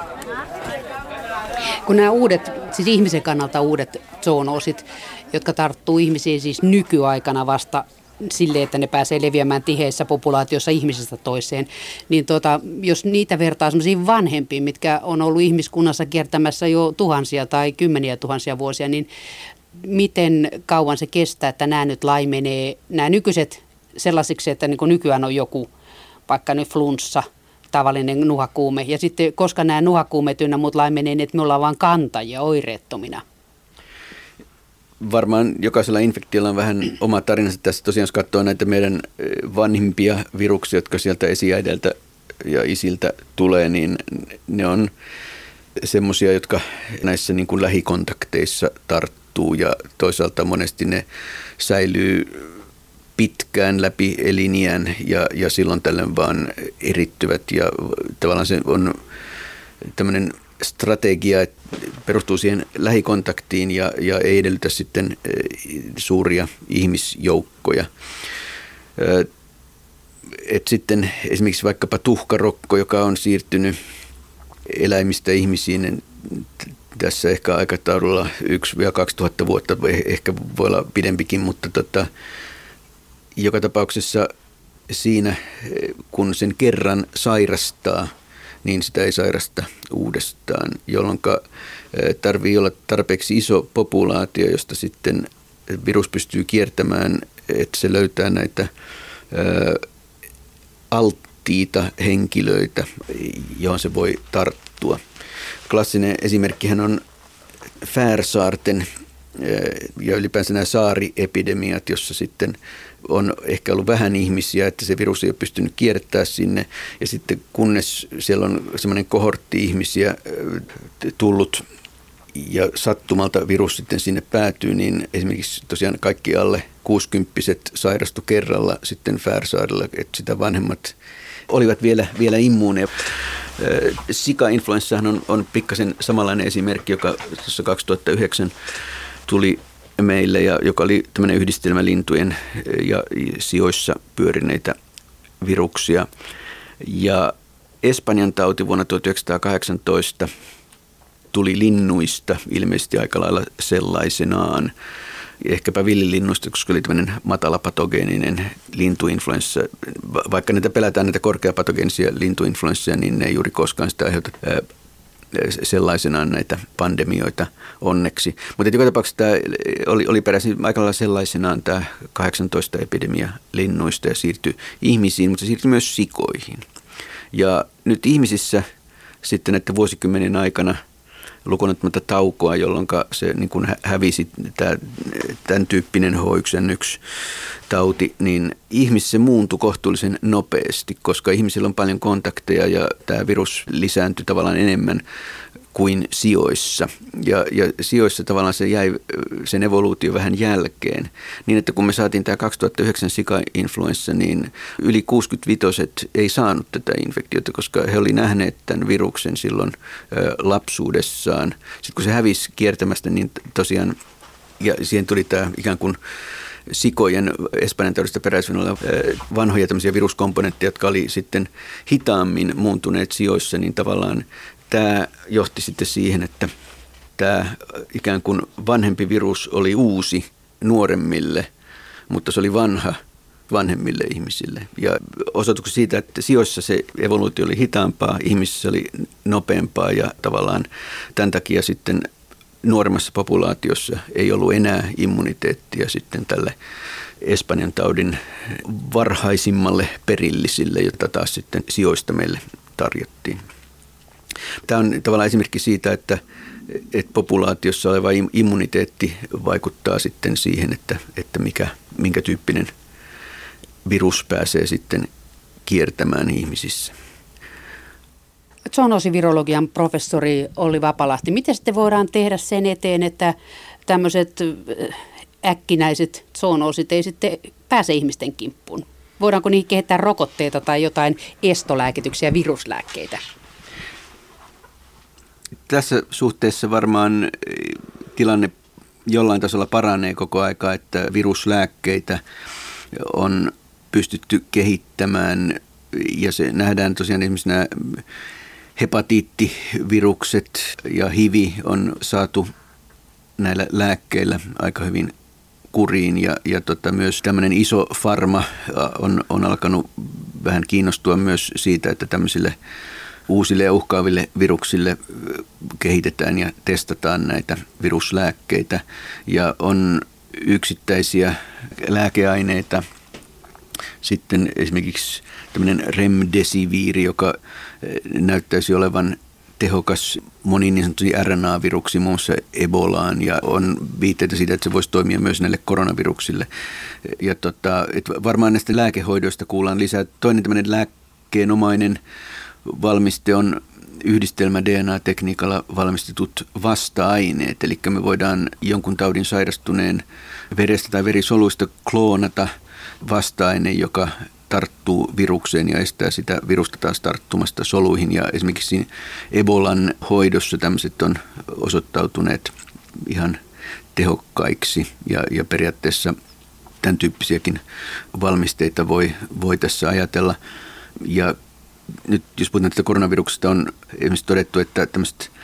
Kun nämä uudet, siis ihmisen kannalta uudet zoonoosit, jotka tarttuu ihmisiin siis nykyaikana vasta sille, että ne pääsee leviämään tiheissä populaatiossa ihmisestä toiseen, niin jos niitä vertaa sellaisiin vanhempiin, mitkä on ollut ihmiskunnassa kiertämässä jo tuhansia tai kymmeniä tuhansia vuosia, niin miten kauan se kestää, että nämä nyt laimenee, nämä nykyiset sellaisiksi, että niin kuin nykyään on joku, vaikka nyt flunssa, tavallinen nuhakuume, ja sitten koska nämä nuhakuumet ynnä muut laimenee, niin että me ollaan vain kantajia oireettomina. Varmaan jokaisella infektiolla on vähän oma tarinansa. Tässä tosiaan, jos katsoo näitä meidän vanhimpia viruksia, jotka sieltä esiäideltä ja isiltä tulee, niin ne on semmoisia, jotka näissä niin kuin lähikontakteissa tarttuu ja toisaalta monesti ne säilyy pitkään läpi eliniän ja silloin tällöin vaan erittyvät ja tavallaan se on tämmöinen strategia, että perustuu siihen lähikontaktiin ja ei edellytä sitten suuria ihmisjoukkoja. Et sitten esimerkiksi vaikkapa tuhkarokko, joka on siirtynyt eläimistä ihmisiin, niin tässä ehkä aikataululla 1-2000 vuotta, ehkä voi olla pidempikin, mutta joka tapauksessa siinä, kun sen kerran sairastaa, niin sitä ei sairasta uudestaan, jolloin tarvii olla tarpeeksi iso populaatio, josta sitten virus pystyy kiertämään, että se löytää näitä alttiita henkilöitä, johon se voi tarttua. Klassinen esimerkkihän on Färsaarten ja ylipäänsä nämä saariepidemiat, jossa sitten on ehkä ollut vähän ihmisiä, että se virus ei ole pystynyt kiertämään sinne. Ja sitten kunnes siellä on semmoinen kohortti ihmisiä tullut ja sattumalta virus sitten sinne päätyy, niin esimerkiksi tosiaan kaikki alle 60-vuotiaat sairastu kerralla sitten Färsaarilla, että sitä vanhemmat olivat vielä immuuneja. Sika-influenssahan on pikkasen samanlainen esimerkki, joka tuossa 2009 tuli meille, ja joka oli tämmöinen yhdistelmä lintujen ja sioissa pyörineitä viruksia. Ja Espanjan tauti vuonna 1918 tuli linnuista ilmeisesti aika lailla sellaisenaan. Ehkäpä villilinnuista, koska oli tämmöinen matalapatogeeninen lintuinfluenssa. Vaikka niitä pelätään näitä korkeapatogeenisia lintuinfluensseja, niin ne ei juuri koskaan sitä aiheuta sellaisenaan näitä pandemioita onneksi. Mutta joka tapauksessa tämä oli peräisin aika lailla sellaisenaan tämä 18 epidemia linnuista ja siirtyi ihmisiin, mutta se siirtyi myös sikoihin. Ja nyt ihmisissä sitten näiden vuosikymmenen aikana lukuun ottamatta taukoa, jolloin se niin kuin hävisi tämän tyyppinen H1N1-tauti, niin ihmisissä se muuntui kohtuullisen nopeasti, koska ihmisillä on paljon kontakteja ja tämä virus lisääntyi tavallaan enemmän kuin sioissa. Ja sioissa tavallaan se jäi sen evoluutio vähän jälkeen. Niin, että kun me saatiin tämä 2009 sika-influenssa, niin yli 65 ei saanut tätä infektiota, koska he oli nähneet tämän viruksen silloin lapsuudessaan. Sitten kun se hävisi kiertämästä, niin tosiaan, ja siihen tuli tämä ikään kuin sikojen Espanjan taudista peräisin oleva vanhoja tämmöisiä viruskomponentteja, jotka oli sitten hitaammin muuntuneet sioissa, niin tavallaan tämä johti sitten siihen, että tämä ikään kuin vanhempi virus oli uusi nuoremmille, mutta se oli vanha vanhemmille ihmisille. Ja osoitukset siitä, että sioissa se evoluutio oli hitaampaa, ihmisissä oli nopeampaa ja tavallaan tämän takia sitten nuoremmassa populaatiossa ei ollut enää immuniteettia sitten tälle Espanjan taudin varhaisimmalle perillisille, jota taas sitten sioista meille tarjottiin. Tämä on tavallaan esimerkki siitä, että populaatiossa oleva immuniteetti vaikuttaa sitten siihen, että minkä tyyppinen virus pääsee sitten kiertämään ihmisissä. Zoonoosivirologian professori Olli Vapalahti, miten sitten voidaan tehdä sen eteen, että tämmöiset äkkinäiset zoonoosit ei sitten pääse ihmisten kimppuun? Voidaanko niihin kehittää rokotteita tai jotain estolääkityksiä, viruslääkkeitä? Tässä suhteessa varmaan tilanne jollain tasolla paranee koko aika, että viruslääkkeitä on pystytty kehittämään ja se nähdään tosiaan esimerkiksi nämä hepatiittivirukset ja HIV on saatu näillä lääkkeillä aika hyvin kuriin ja myös tämmöinen iso farma on alkanut vähän kiinnostua myös siitä, että tämmöisille uusille ja uhkaaville viruksille kehitetään ja testataan näitä viruslääkkeitä ja on yksittäisiä lääkeaineita. Sitten esimerkiksi tämmöinen remdesiviiri, joka näyttäisi olevan tehokas moniin niin sanottuihin RNA-viruksiin, muun muassa Ebolaan, ja on viitteitä siitä, että se voisi toimia myös näille koronaviruksille. Ja varmaan näistä lääkehoidoista kuullaan lisää. Toinen tämmöinen lääkkeenomainen valmiste on yhdistelmä DNA-tekniikalla valmistetut vasta-aineet, eli me voidaan jonkun taudin sairastuneen verestä tai verisoluista kloonata vasta-aine, joka tarttuu virukseen ja estää sitä virusta taas tarttumasta soluihin. Ja esimerkiksi Ebolan hoidossa tämmöiset on osoittautuneet ihan tehokkaiksi ja periaatteessa tämän tyyppisiäkin valmisteita voi tässä ajatella. Ja nyt jos puhutaan tästä koronaviruksesta, on esimerkiksi todettu, että tämmöiset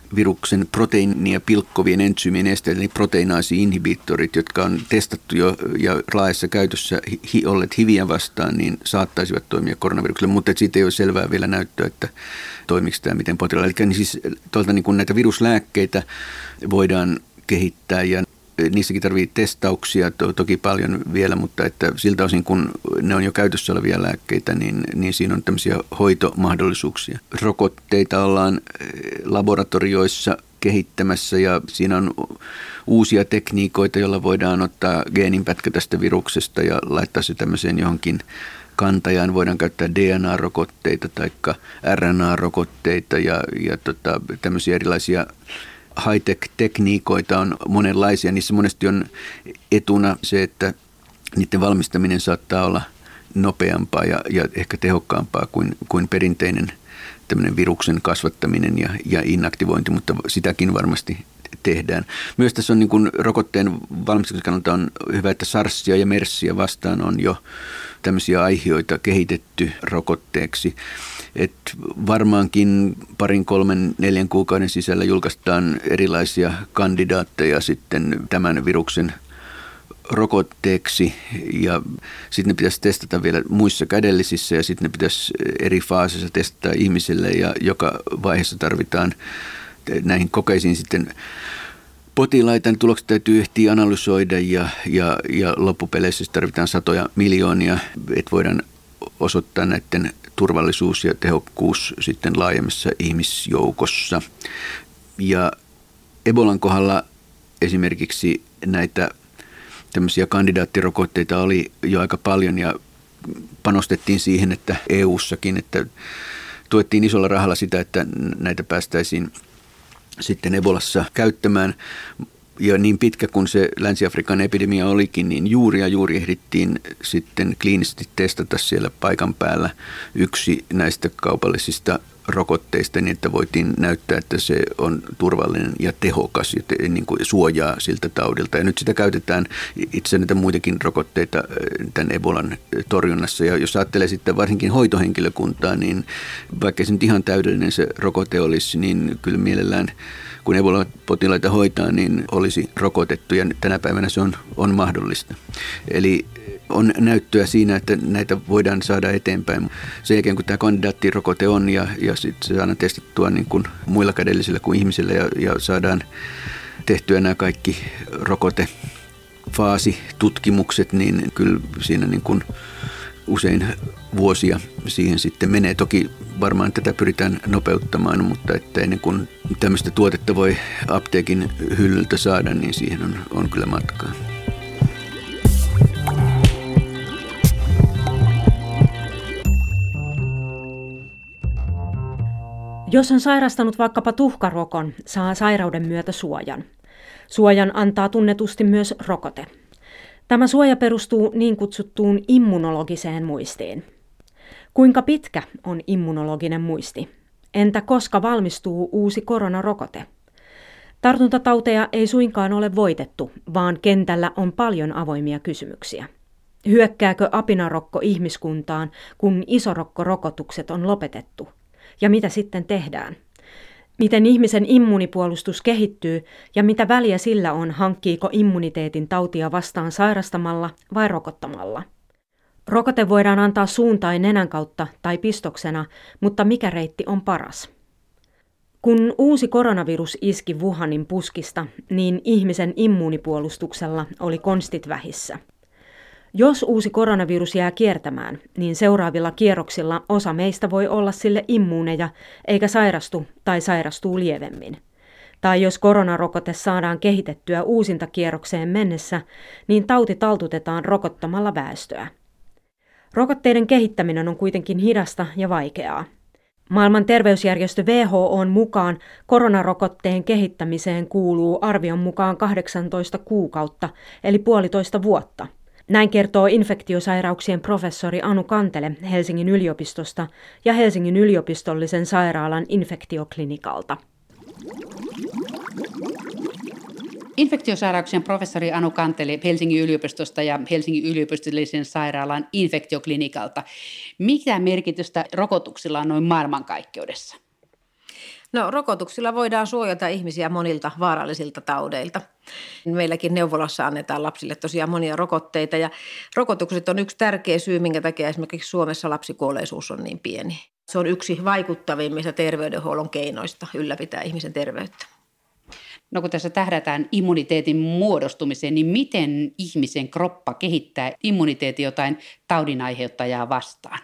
olleet proteiinia pilkkovien entsyymien esteet, eli proteinaasi-inhibitorit, jotka on testattu jo ja laajassa käytössä olleet HIViä vastaan, niin saattaisivat toimia koronavirukselle, mutta siitä ei ole selvää vielä näyttöä, että toimiko tämä miten potilailla. Eli niin siis niin kuin näitä viruslääkkeitä voidaan kehittää ja niissäkin tarvitsee testauksia toki paljon vielä, mutta että siltä osin kun ne on jo käytössä olevia lääkkeitä, niin siinä on tämmöisiä hoitomahdollisuuksia. Rokotteita ollaan laboratorioissa kehittämässä ja siinä on uusia tekniikoita, joilla voidaan ottaa geeninpätkä tästä viruksesta ja laittaa se tämmöiseen johonkin kantajaan. Voidaan käyttää DNA-rokotteita tai RNA-rokotteita ja tämmöisiä erilaisia high-tech-tekniikoita on monenlaisia. Niissä monesti on etuna se, että niiden valmistaminen saattaa olla nopeampaa ja ehkä tehokkaampaa kuin perinteinen tämmöinen viruksen kasvattaminen ja inaktivointi, mutta sitäkin varmasti tehdään. Myös tässä on niin kuin rokotteen valmistuksen kannalta on hyvä, että SARSia ja MERSiä vastaan on jo tämmöisiä aihioita kehitetty rokotteeksi. Että varmaankin 2, 3, 4 kuukauden sisällä julkaistaan erilaisia kandidaatteja sitten tämän viruksen rokotteeksi ja sitten ne pitäisi testata vielä muissa kädellisissä ja sitten ne pitäisi eri faaseissa testata ihmisille ja joka vaiheessa tarvitaan näihin kokeisiin sitten potilaita. Tulokset täytyy ehtiä analysoida ja loppupeleissä tarvitaan satoja miljoonia, että voidaan osoittaa näiden turvallisuus ja tehokkuus sitten laajemmassa ihmisjoukossa. Ja Ebolan kohdalla esimerkiksi näitä tämmöisiä kandidaattirokotteita oli jo aika paljon ja panostettiin siihen, että EU:ssakin, että tuettiin isolla rahalla sitä, että näitä päästäisiin sitten Ebolassa käyttämään. Ja niin pitkä kuin se Länsi-Afrikan epidemia olikin, niin juuri ehdittiin sitten kliinisesti testata siellä paikan päällä yksi näistä kaupallisista rokotteista niin, että voitiin näyttää, että se on turvallinen ja tehokas ja niin kuin suojaa siltä taudilta. Ja nyt sitä käytetään itse näitä muitakin rokotteita tämän Ebolan torjunnassa. Ja jos ajattelee sitten varsinkin hoitohenkilökuntaa, niin vaikka se nyt ihan täydellinen se rokote olisi, niin kyllä mielellään kun Ebola-potilaita hoitaa, niin olisi rokotettu ja tänä päivänä se on mahdollista. Eli on näyttöä siinä, että näitä voidaan saada eteenpäin. Sen jälkeen, kun tämä kandidaattirokote on ja sitten se saadaan testattua niin kuin muilla kädellisillä kuin ihmisillä ja saadaan tehtyä nämä kaikki rokotefaasitutkimukset, niin kyllä siinä niin kuin usein vuosia siihen sitten menee. Toki varmaan tätä pyritään nopeuttamaan, mutta että ennen kuin tämmöistä tuotetta voi apteekin hyllyltä saada, niin siihen on kyllä matkaa. Jos on sairastanut vaikkapa tuhkarokon, saa sairauden myötä suojan. Suojan antaa tunnetusti myös rokote. Tämä suoja perustuu niin kutsuttuun immunologiseen muistiin. Kuinka pitkä on immunologinen muisti? Entä koska valmistuu uusi koronarokote? Tartuntatauteja ei suinkaan ole voitettu, vaan kentällä on paljon avoimia kysymyksiä. Hyökkääkö apinarokko ihmiskuntaan, kun isorokkorokotukset on lopetettu? Ja mitä sitten tehdään? Miten ihmisen immunipuolustus kehittyy ja mitä väliä sillä on, hankkiiko immuniteetin tautia vastaan sairastamalla vai rokottamalla? Rokote voidaan antaa suun tai nenän kautta tai pistoksena, mutta mikä reitti on paras? Kun uusi koronavirus iski Wuhanin puskista, niin ihmisen immuunipuolustuksella oli konstit vähissä. Jos uusi koronavirus jää kiertämään, niin seuraavilla kierroksilla osa meistä voi olla sille immuuneja eikä sairastu tai sairastuu lievemmin. Tai jos koronarokote saadaan kehitettyä uusintakierrokseen mennessä, niin tauti taltutetaan rokottamalla väestöä. Rokotteiden kehittäminen on kuitenkin hidasta ja vaikeaa. Maailman terveysjärjestö WHO:n mukaan koronarokotteen kehittämiseen kuuluu arvion mukaan 18 kuukautta, eli 1,5 vuotta. Näin kertoo infektiosairauksien professori Anu Kantele Helsingin yliopistosta ja Helsingin yliopistollisen sairaalan infektioklinikalta. Infektiosairauksien professori Anu Kantele Helsingin yliopistosta ja Helsingin yliopistollisen sairaalan infektioklinikalta. Mitä merkitystä rokotuksilla on noin maailmankaikkeudessa? No, rokotuksilla voidaan suojata ihmisiä monilta vaarallisilta taudeilta. Meilläkin neuvolassa annetaan lapsille tosiaan monia rokotteita ja rokotukset on yksi tärkeä syy, minkä takia esimerkiksi Suomessa lapsikuolleisuus on niin pieni. Se on yksi vaikuttavimmista terveydenhuollon keinoista ylläpitää ihmisen terveyttä. No kun tässä tähdätään immuniteetin muodostumiseen, niin miten ihmisen kroppa kehittää immuniteetin jotain taudinaiheuttajaa vastaan?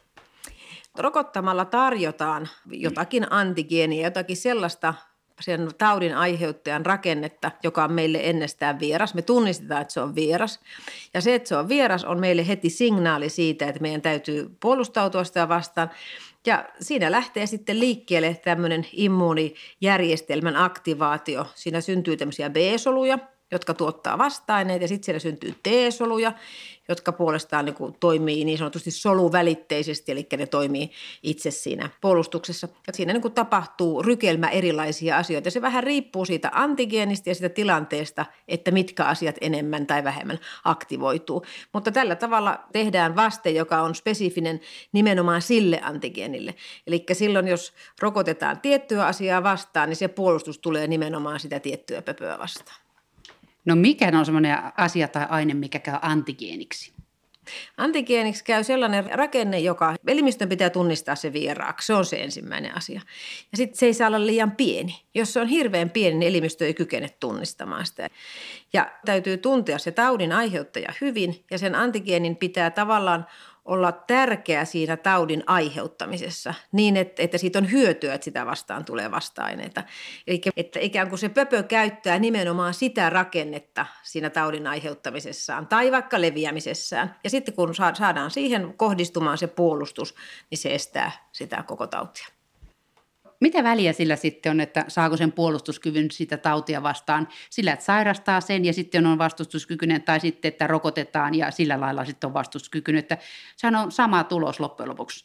Rokottamalla tarjotaan jotakin antigeenia, jotakin sellaista sen taudin aiheuttajan rakennetta, joka on meille ennestään vieras. Me tunnistetaan, että se on vieras. Ja se, että se on vieras, on meille heti signaali siitä, että meidän täytyy puolustautua sitä vastaan. Ja siinä lähtee sitten liikkeelle tämmöinen immuunijärjestelmän aktivaatio. Siinä syntyy tämmöisiä B-soluja, jotka tuottaa vasta-aineita, ja sitten siellä syntyy T-soluja, jotka puolestaan niin kuin toimii niin sanotusti soluvälitteisesti, eli ne toimii itse siinä puolustuksessa. Ja siinä niin kuin tapahtuu rykelmä erilaisia asioita, ja se vähän riippuu siitä antigeenista ja siitä tilanteesta, että mitkä asiat enemmän tai vähemmän aktivoituu. Mutta tällä tavalla tehdään vaste, joka on spesifinen nimenomaan sille antigeenille. Eli silloin, jos rokotetaan tiettyä asiaa vastaan, niin se puolustus tulee nimenomaan sitä tiettyä pöpöä vastaan. No mikä on semmoinen asia tai aine, mikä käy antigeeniksi? Antigeeniksi käy sellainen rakenne, joka elimistön pitää tunnistaa se vieraaksi. Se on se ensimmäinen asia. Ja sitten se ei saa olla liian pieni. Jos se on hirveän pieni, niin elimistö ei kykene tunnistamaan sitä. Ja täytyy tuntea se taudin aiheuttaja hyvin, ja sen antigeenin pitää tavallaan olla tärkeä siinä taudin aiheuttamisessa niin, että siitä on hyötyä, että sitä vastaan tulee vasta-aineita. Eli että ikään kuin se pöpö käyttää nimenomaan sitä rakennetta siinä taudin aiheuttamisessaan tai vaikka leviämisessään. Ja sitten kun saadaan siihen kohdistumaan se puolustus, niin se estää sitä koko tautia. Mitä väliä sillä sitten on, että saako sen puolustuskyvyn sitä tautia vastaan sillä, että sairastaa sen ja sitten on vastustuskykyinen tai sitten, että rokotetaan ja sillä lailla sitten on vastustuskykyinen, että sehän on sama tulos loppujen lopuksi.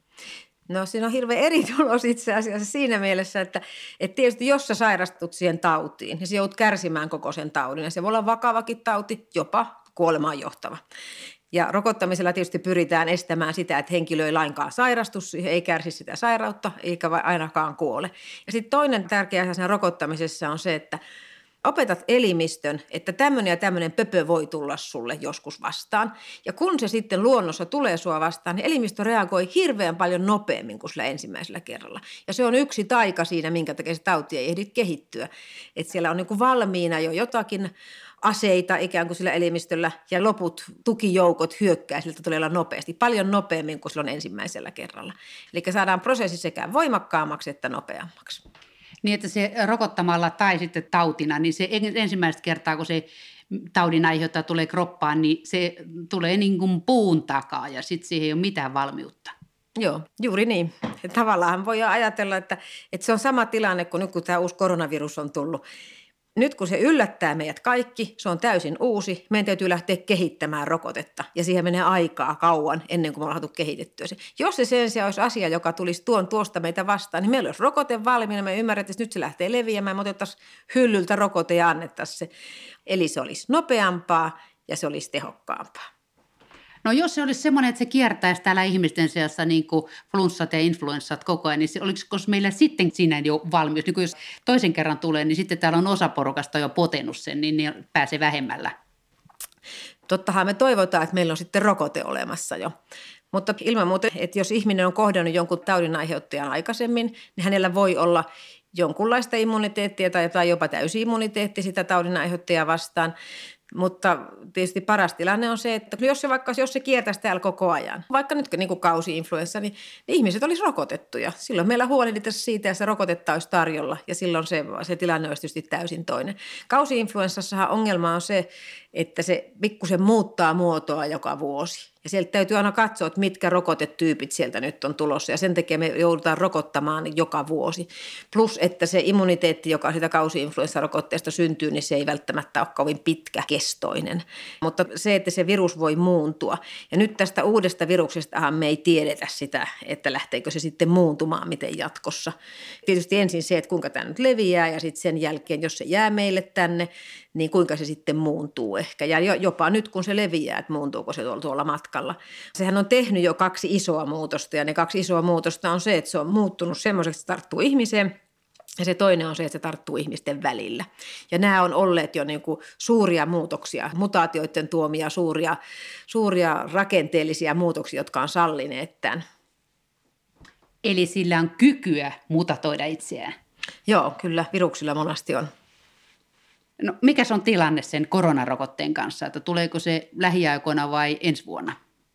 No siinä on hirveän eri tulos itse asiassa siinä mielessä, että tietysti jos sä sairastut siihen tautiin, niin sä joudut kärsimään koko sen taudin. Ja se voi olla vakavakin tauti, jopa kuolemaan johtava. Ja rokottamisella tietysti pyritään estämään sitä, että henkilö ei lainkaan sairastu, ei kärsi sitä sairautta eikä ainakaan kuole. Ja sitten toinen tärkeä asia siinä rokottamisessa on se, että opetat elimistön, että tämmöinen ja tämmöinen pöpö voi tulla sulle joskus vastaan. Ja kun se sitten luonnossa tulee sua vastaan, niin elimistö reagoi hirveän paljon nopeammin kuin sillä ensimmäisellä kerralla. Ja se on yksi taika siinä, minkä takia se tauti ei ehdi kehittyä. Että siellä on niin kuin valmiina jo jotakin aseita ikään kuin sillä elimistöllä ja loput tukijoukot hyökkää siltä todella nopeasti, paljon nopeammin kuin silloin ensimmäisellä kerralla. Eli saadaan prosessi sekä voimakkaammaksi että nopeammaksi. Niin, että se rokottamalla tai sitten tautina, niin se ensimmäistä kertaa, kun se taudin aiheuttaja tulee kroppaan, niin se tulee niin kuin puun takaa ja sitten siihen ei ole mitään valmiutta. Joo, juuri niin. Tavallaan voi ajatella, että se on sama tilanne kuin nyt, kun tämä uusi koronavirus on tullut. Nyt kun se yllättää meidät kaikki, se on täysin uusi, meidän täytyy lähteä kehittämään rokotetta ja siihen menee aikaa kauan ennen kuin me ollaan saatu kehitettyä se. Jos se sen sijaan olisi asia, joka tulisi tuosta meitä vastaan, niin meillä olisi rokote valmiina, me ymmärrettäisiin, että nyt se lähtee leviämään, me otettaisiin hyllyltä rokote ja annettaisiin se. Eli se olisi nopeampaa ja se olisi tehokkaampaa. No jos se olisi semmoinen, että se kiertäisi täällä ihmisten seassa niin kuin flunssat ja influenssat koko ajan, niin olisiko meillä sitten siinä jo valmius? Niin jos toisen kerran tulee, niin sitten täällä on osa porukasta jo potenut sen, niin pääsee vähemmällä. Tottahan me toivotaan, että meillä on sitten rokote olemassa jo. Mutta ilman muuta, että jos ihminen on kohdannut jonkun taudin aiheuttajan aikaisemmin, niin hänellä voi olla jonkunlaista immuniteettia tai jopa täysi-immuniteetti sitä taudin aiheuttajaa vastaan. Mutta tietysti paras tilanne on se, että jos se kiertäisi täällä koko ajan, vaikka nyt niin kuin kausi-influenssa, niin ihmiset olisi rokotettuja. Silloin meillä huolehdittaisiin siitä, ja se rokotetta olisi tarjolla, ja silloin se tilanne olisi tietysti täysin toinen. Kausi-influenssassahan ongelma on se, että se pikkusen muuttaa muotoa joka vuosi. Ja sieltä täytyy aina katsoa, että mitkä rokotetyypit sieltä nyt on tulossa, ja sen takia me joudutaan rokottamaan joka vuosi. Plus, että se immuniteetti, joka sitä kausi-influenssarokotteesta syntyy, niin se ei välttämättä ole kovin pitkäkestoinen. Mutta se, että se virus voi muuntua. Ja nyt tästä uudesta viruksestahan me ei tiedetä sitä, että lähteekö se sitten muuntumaan miten jatkossa. Tietysti ensin se, että kuinka tämä nyt leviää, ja sitten sen jälkeen, jos se jää meille tänne, niin kuinka se sitten muuntuu. ehkä. Ja jopa nyt, kun se leviää, että muuntuuko se tuolla matkalla. Sehän on tehnyt jo 2 isoa muutosta, ja ne 2 isoa muutosta on se, että se on muuttunut semmoiseksi, että se tarttuu ihmiseen. Ja se toinen on se, että se tarttuu ihmisten välillä. Ja nämä on olleet jo niin kuin suuria muutoksia, mutaatioiden tuomia suuria rakenteellisia muutoksia, jotka on sallineet tämän. Eli sillä on kykyä mutatoida itseään. Joo, kyllä viruksilla monasti on. No, mikä on tilanne sen koronarokotteen kanssa, että tuleeko se lähiaikoina vai ensi vuonna?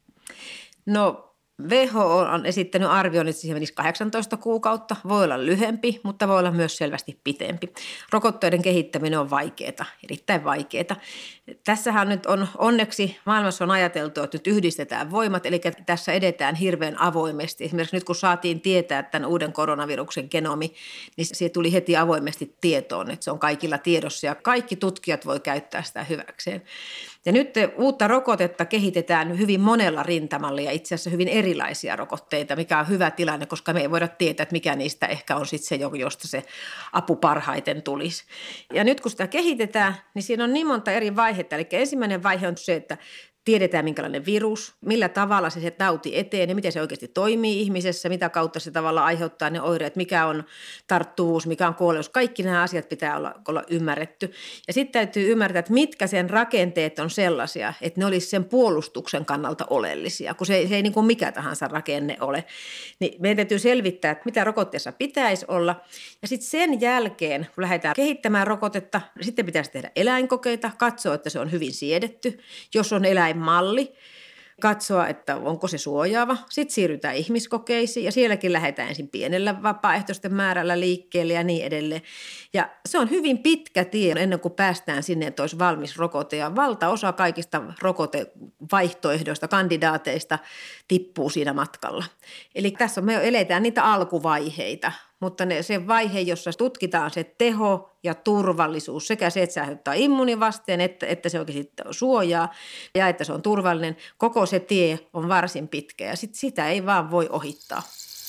No WHO on esittänyt arvion, että siihen menisi 18 kuukautta. Voi olla lyhempi, mutta voi olla myös selvästi pitempi. Rokotteiden kehittäminen on vaikeaa, erittäin vaikeaa. Tässähän nyt on onneksi maailmassa on ajateltu, että nyt yhdistetään voimat, eli tässä edetään hirveän avoimesti. Esimerkiksi nyt kun saatiin tietää tämän uuden koronaviruksen genomi, niin se tuli heti avoimesti tietoon, että se on kaikilla tiedossa ja kaikki tutkijat voi käyttää sitä hyväkseen. Ja nyt uutta rokotetta kehitetään hyvin monella rintamalla ja itse asiassa hyvin erilaisia rokotteita, mikä on hyvä tilanne, koska me ei voida tietää, että mikä niistä ehkä on sitten se, josta se apu parhaiten tulisi. Ja nyt kun sitä kehitetään, niin siinä on niin monta eri vaihetta. Eli ensimmäinen vaihe on se, että tiedetään, minkälainen virus, millä tavalla se tauti etenee, miten se oikeasti toimii ihmisessä, mitä kautta se tavallaan aiheuttaa ne oireet, mikä on tarttuvuus, mikä on kuolleus. Kaikki nämä asiat pitää olla ymmärretty. Ja sitten täytyy ymmärtää, että mitkä sen rakenteet on sellaisia, että ne olisi sen puolustuksen kannalta oleellisia, kun se ei niin kuin mikä tahansa rakenne ole. Niin meidän täytyy selvittää, että mitä rokotteessa pitäisi olla. Ja sitten sen jälkeen, kun lähdetään kehittämään rokotetta, sitten pitäisi tehdä eläinkokeita, katsoa, että se on hyvin siedetty. Jos on eläinmalli, katsoa, että onko se suojaava. Sitten siirrytään ihmiskokeisiin ja sielläkin lähdetään ensin pienellä vapaaehtoisten määrällä liikkeelle ja niin edelleen. Ja se on hyvin pitkä tie ennen kuin päästään sinne, että olisi valmis rokote. Ja valtaosa kaikista rokotevaihtoehdoista, kandidaateista tippuu siinä matkalla. Eli tässä me eletään niitä alkuvaiheita, mutta se vaihe, jossa tutkitaan se teho ja turvallisuus, sekä se, että se aiheuttaa immuunivasteen, että se oikeasti suojaa ja että se on turvallinen, koko se tie on varsin pitkä ja sitä ei vaan voi ohittaa.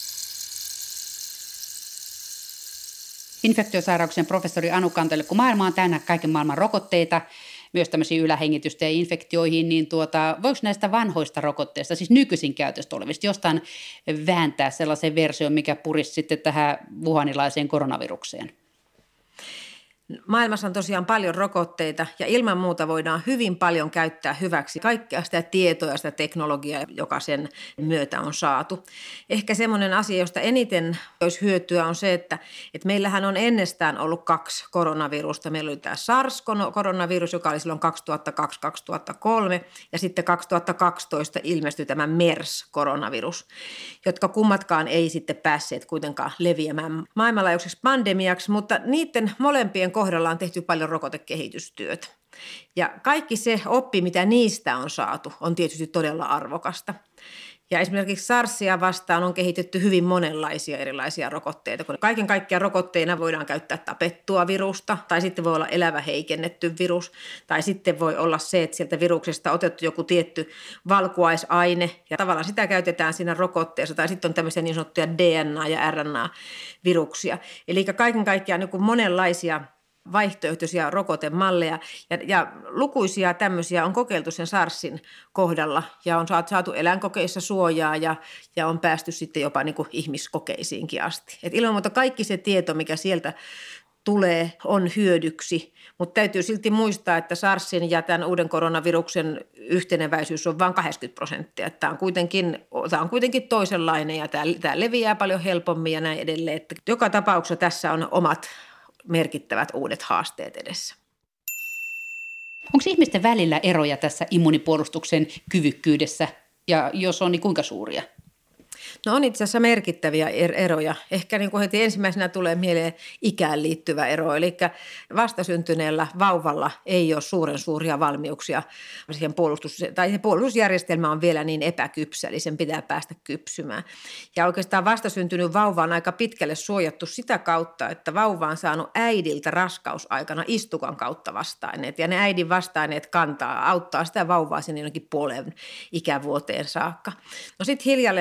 Infektiosairauksien professori Anu Kantele, kun maailma on täynnä kaiken maailman rokotteita, myös tämmöisiä ylähengitystä ja infektioihin, niin voiko näistä vanhoista rokotteista, siis nykyisin käytöstä olevista, jostain vääntää sellaisen version, mikä purisi sitten tähän wuhanilaiseen koronavirukseen? Maailmassa on tosiaan paljon rokotteita ja ilman muuta voidaan hyvin paljon käyttää hyväksi kaikkea sitä tietoa ja sitä teknologiaa, joka sen myötä on saatu. Ehkä semmoinen asia, josta eniten olisi hyötyä on se, että meillähän on ennestään ollut 2 koronavirusta. Meillä oli tämä SARS-koronavirus, joka oli silloin 2002-2003 ja sitten 2012 ilmestyi tämä MERS-koronavirus, jotka kummatkaan ei sitten päässeet kuitenkaan leviämään maailmanlaajuiseksi pandemiaksi, mutta niiden molempien kohdalla on tehty paljon rokotekehitystyötä. Ja kaikki se oppi, mitä niistä on saatu, on tietysti todella arvokasta. Ja esimerkiksi SARSia vastaan on kehitetty hyvin monenlaisia erilaisia rokotteita. Kun kaiken kaikkiaan rokotteina voidaan käyttää tapettua virusta, tai sitten voi olla elävä heikennetty virus, tai sitten voi olla se, että sieltä viruksesta on otettu joku tietty valkuaisaine, ja tavallaan sitä käytetään siinä rokotteessa, tai sitten on tämmöisiä niin sanottuja DNA- ja RNA-viruksia. Eli kaiken kaikkiaan niin kuin monenlaisia vaihtoehtoisia rokotemalleja ja lukuisia tämmöisiä on kokeiltu sen SARSin kohdalla ja on saatu eläinkokeissa suojaa ja on päästy sitten jopa niin kuin ihmiskokeisiinkin asti. Et ilman muuta kaikki se tieto, mikä sieltä tulee, on hyödyksi, mutta täytyy silti muistaa, että SARSin ja tämän uuden koronaviruksen yhteneväisyys on vain 80%. Tämä on kuitenkin toisenlainen ja tämä leviää paljon helpommin ja näin edelleen. Että joka tapauksessa tässä on omat merkittävät uudet haasteet edessä. Onko ihmisten välillä eroja tässä immunipuolustuksen kyvykkyydessä ja jos on, niin kuinka suuria? No on itse asiassa merkittäviä eroja. Ehkä niin kuin heti ensimmäisenä tulee mieleen ikään liittyvä ero. Eli vastasyntyneellä vauvalla ei ole suuria valmiuksia siihen se puolustusjärjestelmä on vielä niin epäkypsä, eli sen pitää päästä kypsymään. Ja oikeastaan vastasyntynyt vauva on aika pitkälle suojattu sitä kautta, että vauva on saanut äidiltä raskausaikana istukan kautta vasta-aineet. Ja ne äidin vasta-aineet auttaa sitä vauvaa sinne jonnekin puoleen ikävuoteen saakka. No sitten hiljalleen se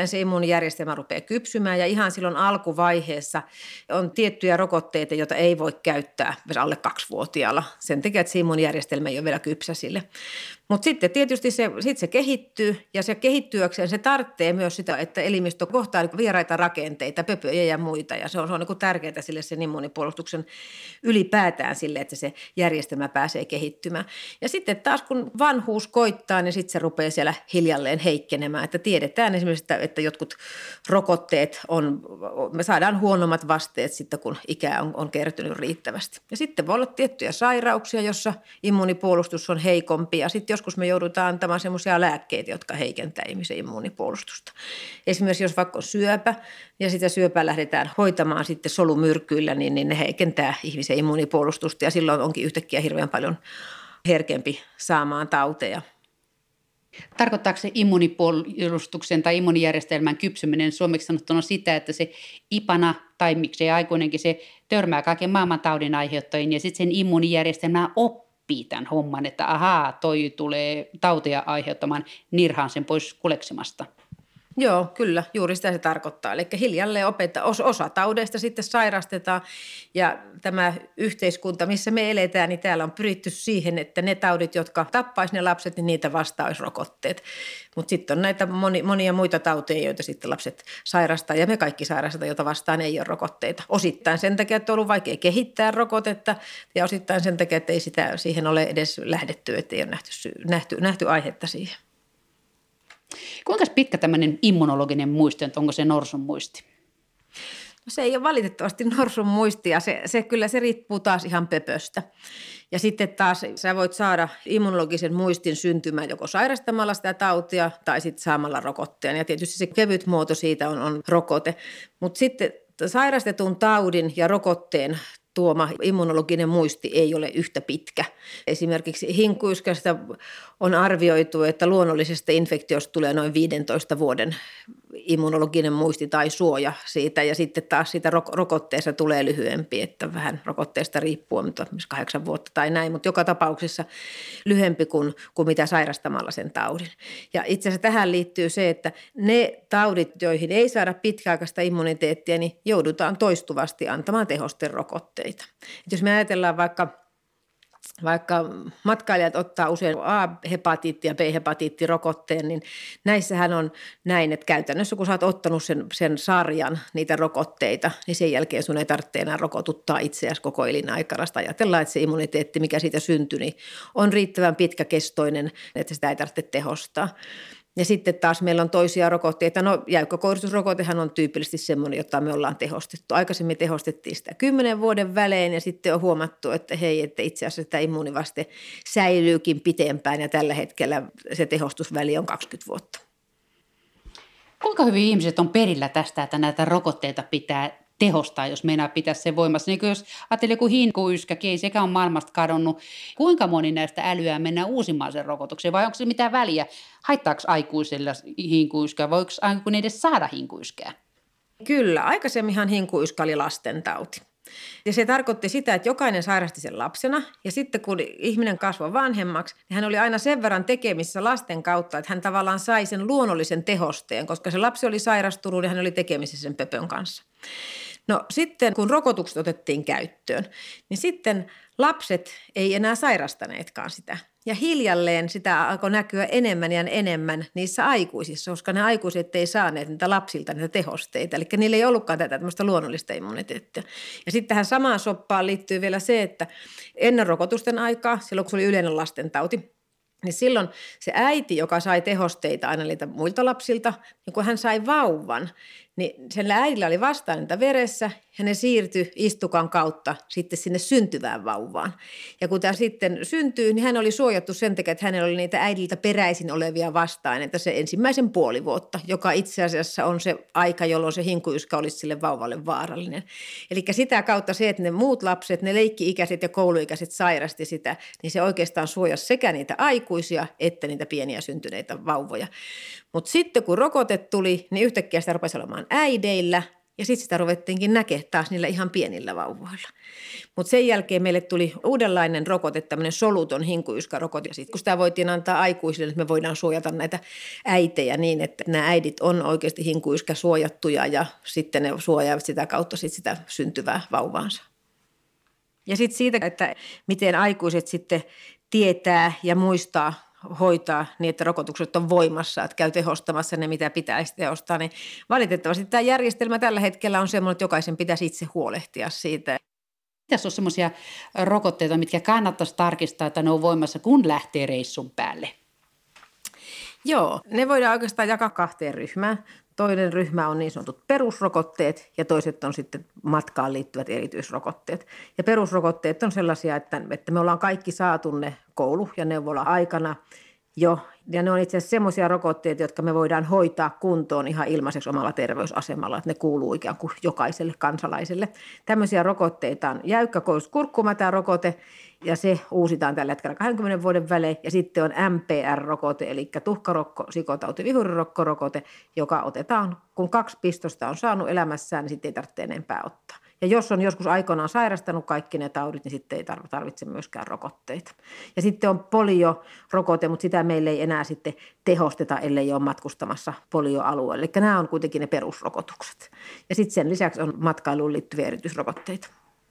immuunijärjestelmä rupeaa kypsymään ja ihan silloin alkuvaiheessa on tiettyjä rokotteita, joita ei voi käyttää alle 2-vuotiaalla. Sen takia, että se immuunijärjestelmä ei ole vielä kypsä sille. Mutta sitten tietysti se kehittyy ja se kehittyäkseen se tarvitsee myös sitä, että elimistö kohtaa vieraita rakenteita, pöpöjä ja muita ja se on niin kuin tärkeää sille sen immuunipuolustuksen ylipäätään sille, että se järjestelmä pääsee kehittymään. Ja sitten taas kun vanhuus koittaa, niin sitten se rupeaa siellä hiljalleen heikkenemään, että tiedetään esimerkiksi, että jotkut rokotteet me saadaan huonommat vasteet sitten, kun ikää on kertynyt riittävästi. Ja sitten voi olla tiettyjä sairauksia, jossa immuunipuolustus on heikompi ja sitten joskus me joudutaan antamaan semmoisia lääkkeitä, jotka heikentää ihmisen immuunipuolustusta. Esimerkiksi jos vaikka on syöpä ja sitä syöpää lähdetään hoitamaan sitten solumyrkyillä, niin ne heikentää ihmisen immuunipuolustusta ja silloin onkin yhtäkkiä hirveän paljon herkempi saamaan tauteja. Tarkoittaako se immuunipuolustuksen tai immuunijärjestelmän kypsyminen suomeksi sanottuna sitä, että se ipana tai miksei aikuinenkin se törmää kaiken maailman taudin aiheuttajiin ja sitten sen immuunijärjestelmä oppii tämän homman, että ahaa, toi tulee tautia aiheuttamaan, nirhaan sen pois kuleksimasta. Joo, kyllä, juuri sitä se tarkoittaa. Eli hiljalleen osa taudeista sitten sairastetaan ja tämä yhteiskunta, missä me eletään, niin täällä on pyritty siihen, että ne taudit, jotka tappaisi ne lapset, niin niitä vastaan olisi rokotteet. Mutta sitten on näitä monia muita tauteja, joita sitten lapset sairastaa ja me kaikki sairastetaan, joita vastaan ei ole rokotteita. Osittain sen takia, että on ollut vaikea kehittää rokotetta ja osittain sen takia, että ei siihen ole edes lähdetty, että ei ole nähty aihetta siihen. Kuinka pitkä tämmöinen immunologinen muisti, onko se norsun muisti? No se ei ole valitettavasti norsun muistia, se riippuu taas ihan pöpöstä. Ja sitten taas sä voit saada immunologisen muistin syntymään joko sairastamalla sitä tautia tai sitten saamalla rokotteen. Ja tietysti se kevyt muoto siitä on rokote, mutta sitten sairastetun taudin ja rokotteen tuoma immunologinen muisti ei ole yhtä pitkä. Esimerkiksi hinkuyyskästä on arvioitu, että luonnollisesta infektiosta tulee noin 15 vuoden immunologinen muisti tai suoja siitä, ja sitten taas siitä rokotteesta tulee lyhyempi, että vähän rokotteesta riippuu, mutta 8 vuotta tai näin, mutta joka tapauksessa lyhyempi kuin mitä sairastamalla sen taudin. Ja itse asiassa tähän liittyy se, että ne taudit, joihin ei saada pitkäaikaista immuniteettia, niin joudutaan toistuvasti antamaan tehosterokotteita. Et jos me ajatellaan vaikka matkailijat ottaa usein A-hepatiitti ja B-hepatiittirokotteen, niin näissähän on näin, että käytännössä kun sä oot ottanut sen sarjan niitä rokotteita, niin sen jälkeen sun ei tarvitse enää rokotuttaa itseäsi koko elinaikana. Ajatellaan, että se immuniteetti, mikä siitä syntyi, niin on riittävän pitkäkestoinen, että sitä ei tarvitse tehostaa. Ja sitten taas meillä on toisia rokotteita. No jäykkäkouristusrokotehan on tyypillisesti semmoinen, jota me ollaan tehostettu. Aikaisemmin tehostettiin sitä 10 vuoden välein ja sitten on huomattu, että hei, että itse asiassa tämä immuunivaste säilyykin pitempään ja tällä hetkellä se tehostusväli on 20 vuotta. Kuinka hyvin ihmiset on perillä tästä, että näitä rokotteita pitää tehostaa, jos meinaa pitää sen voimassa? Niin jos ajattelee joku hinkuyyskäkin, ei sekään ole maailmasta kadonnut. Kuinka moni näistä älyää mennään uusimaan sen rokotukseen vai onko se mitään väliä? Haittaako aikuisilla hinkuyskää? Voiko aikuinen edes saada hinkuyskää? Kyllä, aikaisemminhan hinkuyskä oli lastentauti. Ja se tarkoitti sitä, että jokainen sairasti sen lapsena ja sitten kun ihminen kasvoi vanhemmaksi, niin hän oli aina sen verran tekemisissä lasten kautta, että hän tavallaan sai sen luonnollisen tehosteen, koska se lapsi oli sairastunut ja hän oli tekemisissä sen pöpön kanssa. No sitten kun rokotukset otettiin käyttöön, niin sitten lapset ei enää sairastaneetkaan sitä. Ja hiljalleen sitä alkoi näkyä enemmän ja enemmän niissä aikuisissa, koska ne aikuiset ei saaneet niitä lapsilta niitä tehosteita. Eli niillä ei ollutkaan tätä tämmöistä luonnollista immuniteettia. Ja sitten tähän samaan soppaan liittyy vielä se, että ennen rokotusten aikaa, silloin kun se oli yleinen lastentauti, niin silloin se äiti, joka sai tehosteita aina niiltä muilta lapsilta, niin kun hän sai vauvan, niin sen äidillä oli vastaininta veressä ja ne siirtyi istukan kautta sitten sinne syntyvään vauvaan. Ja kun tämä sitten syntyy, niin hän oli suojattu sen takia, että hänellä oli niitä äidiltä peräisin olevia vastaineita se ensimmäisen puoli vuotta, joka itse asiassa on se aika, jolloin se hinkuyyskä olisi sille vauvalle vaarallinen. Eli sitä kautta se, että ne muut lapset, ne leikki-ikäiset ja kouluikäiset sairasti sitä, niin se oikeastaan suojasi sekä niitä aikuisia että niitä pieniä syntyneitä vauvoja. Mutta sitten kun rokote tuli, niin yhtäkkiä sitä rupesi olemaan äideillä Ja sitten sitä ruvettiinkin näkemään taas niillä ihan pienillä vauvoilla. Mutta sen jälkeen meille tuli uudenlainen rokote, tämmöinen soluton hinkuyyskärokote. Ja sitten kun sitä voitiin antaa aikuisille, että me voidaan suojata näitä äitejä niin, että nämä äidit on oikeasti hinkuyyskä suojattuja ja sitten ne suojaavat sitä kautta sitä syntyvää vauvaansa. Ja sitten siitä, että miten aikuiset sitten tietää ja muistaa hoitaa niin, että rokotukset on voimassa, että käy tehostamassa ne, mitä pitäisi tehostaa, niin valitettavasti tämä järjestelmä tällä hetkellä on sellainen, että jokaisen pitäisi itse huolehtia siitä. Mitäs on semmoisia rokotteita, mitkä kannattaisi tarkistaa, että ne on voimassa, kun lähtee reissun päälle? Joo, ne voidaan oikeastaan jakaa 2 ryhmään. Toinen ryhmä on niin sanotut perusrokotteet ja toiset on sitten matkaan liittyvät erityisrokotteet. Ja perusrokotteet on sellaisia, että me ollaan kaikki saatu ne koulu- ja neuvola-aikana jo. Ja ne on itse asiassa semmoisia rokotteita, jotka me voidaan hoitaa kuntoon ihan ilmaiseksi omalla terveysasemalla, että ne kuuluu ikään kuin jokaiselle kansalaiselle. Tämmöisiä rokotteita on jäykkäkoiluskurkkumätärokote ja se uusitaan tällä hetkellä 20 vuoden välein. Ja sitten on MPR-rokote, eli tuhkarokko, sikotauti, vihurirokkorokote, joka otetaan, kun 2 pistosta on saanut elämässään, niin sitten ei tarvitse enempää ottaa. Ja jos on joskus aikoinaan sairastanut kaikki ne taudit, niin sitten ei tarvitse myöskään rokotteita. Ja sitten on poliorokote, mutta sitä meillä ei enää sitten tehosteta, ellei ole matkustamassa polioalueelle. Eli nämä on kuitenkin ne perusrokotukset. Ja sitten sen lisäksi on matkailuun liittyviä erityisrokotteita.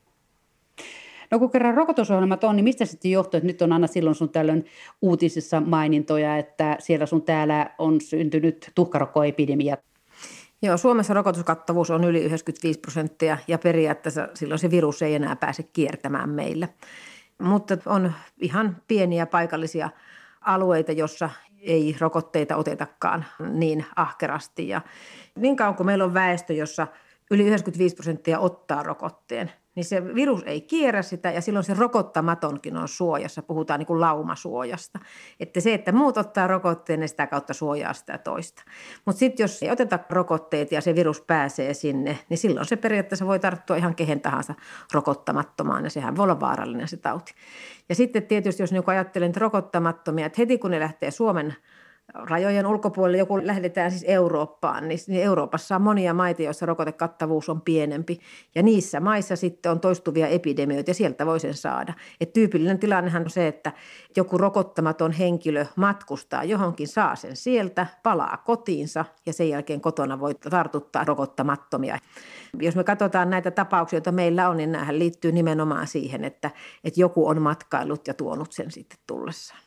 No kun kerran rokotusohjelmat on, niin mistä sitten johtuu, että nyt on aina silloin sun tällöin uutisissa mainintoja, että siellä sun täällä on syntynyt tuhkarokkoepidemia? Joo, Suomessa rokotuskattavuus on yli 95% ja periaatteessa silloin se virus ei enää pääse kiertämään meillä. Mutta on ihan pieniä paikallisia alueita, jossa ei rokotteita otetakaan niin ahkerasti. Ja niin kauan kuin meillä on väestö, jossa yli 95% ottaa rokotteen, niin se virus ei kierrä sitä ja silloin se rokottamatonkin on suojassa. Puhutaan niin kuin laumasuojasta. Että se, että muut ottaa rokotteen, niin sitä kautta suojaa sitä toista. Mutta sitten jos ei oteta rokotteita ja se virus pääsee sinne, niin silloin se periaatteessa voi tarttua ihan kehen tahansa rokottamattomaan ja sehän voi olla vaarallinen se tauti. Ja sitten tietysti, jos niin ajattelen että rokottamattomia, että heti kun ne lähtee Suomen rajojen ulkopuolelle, joku lähdetään siis Eurooppaan, niin Euroopassa on monia maita, joissa rokotekattavuus on pienempi. Ja niissä maissa sitten on toistuvia epidemioita ja sieltä voi sen saada. Et tyypillinen tilannehan on se, että joku rokottamaton henkilö matkustaa johonkin, saa sen sieltä, palaa kotiinsa ja sen jälkeen kotona voi tartuttaa rokottamattomia. Jos me katsotaan näitä tapauksia, joita meillä on, niin nämähän liittyy nimenomaan siihen, että joku on matkailut ja tuonut sen sitten tullessaan.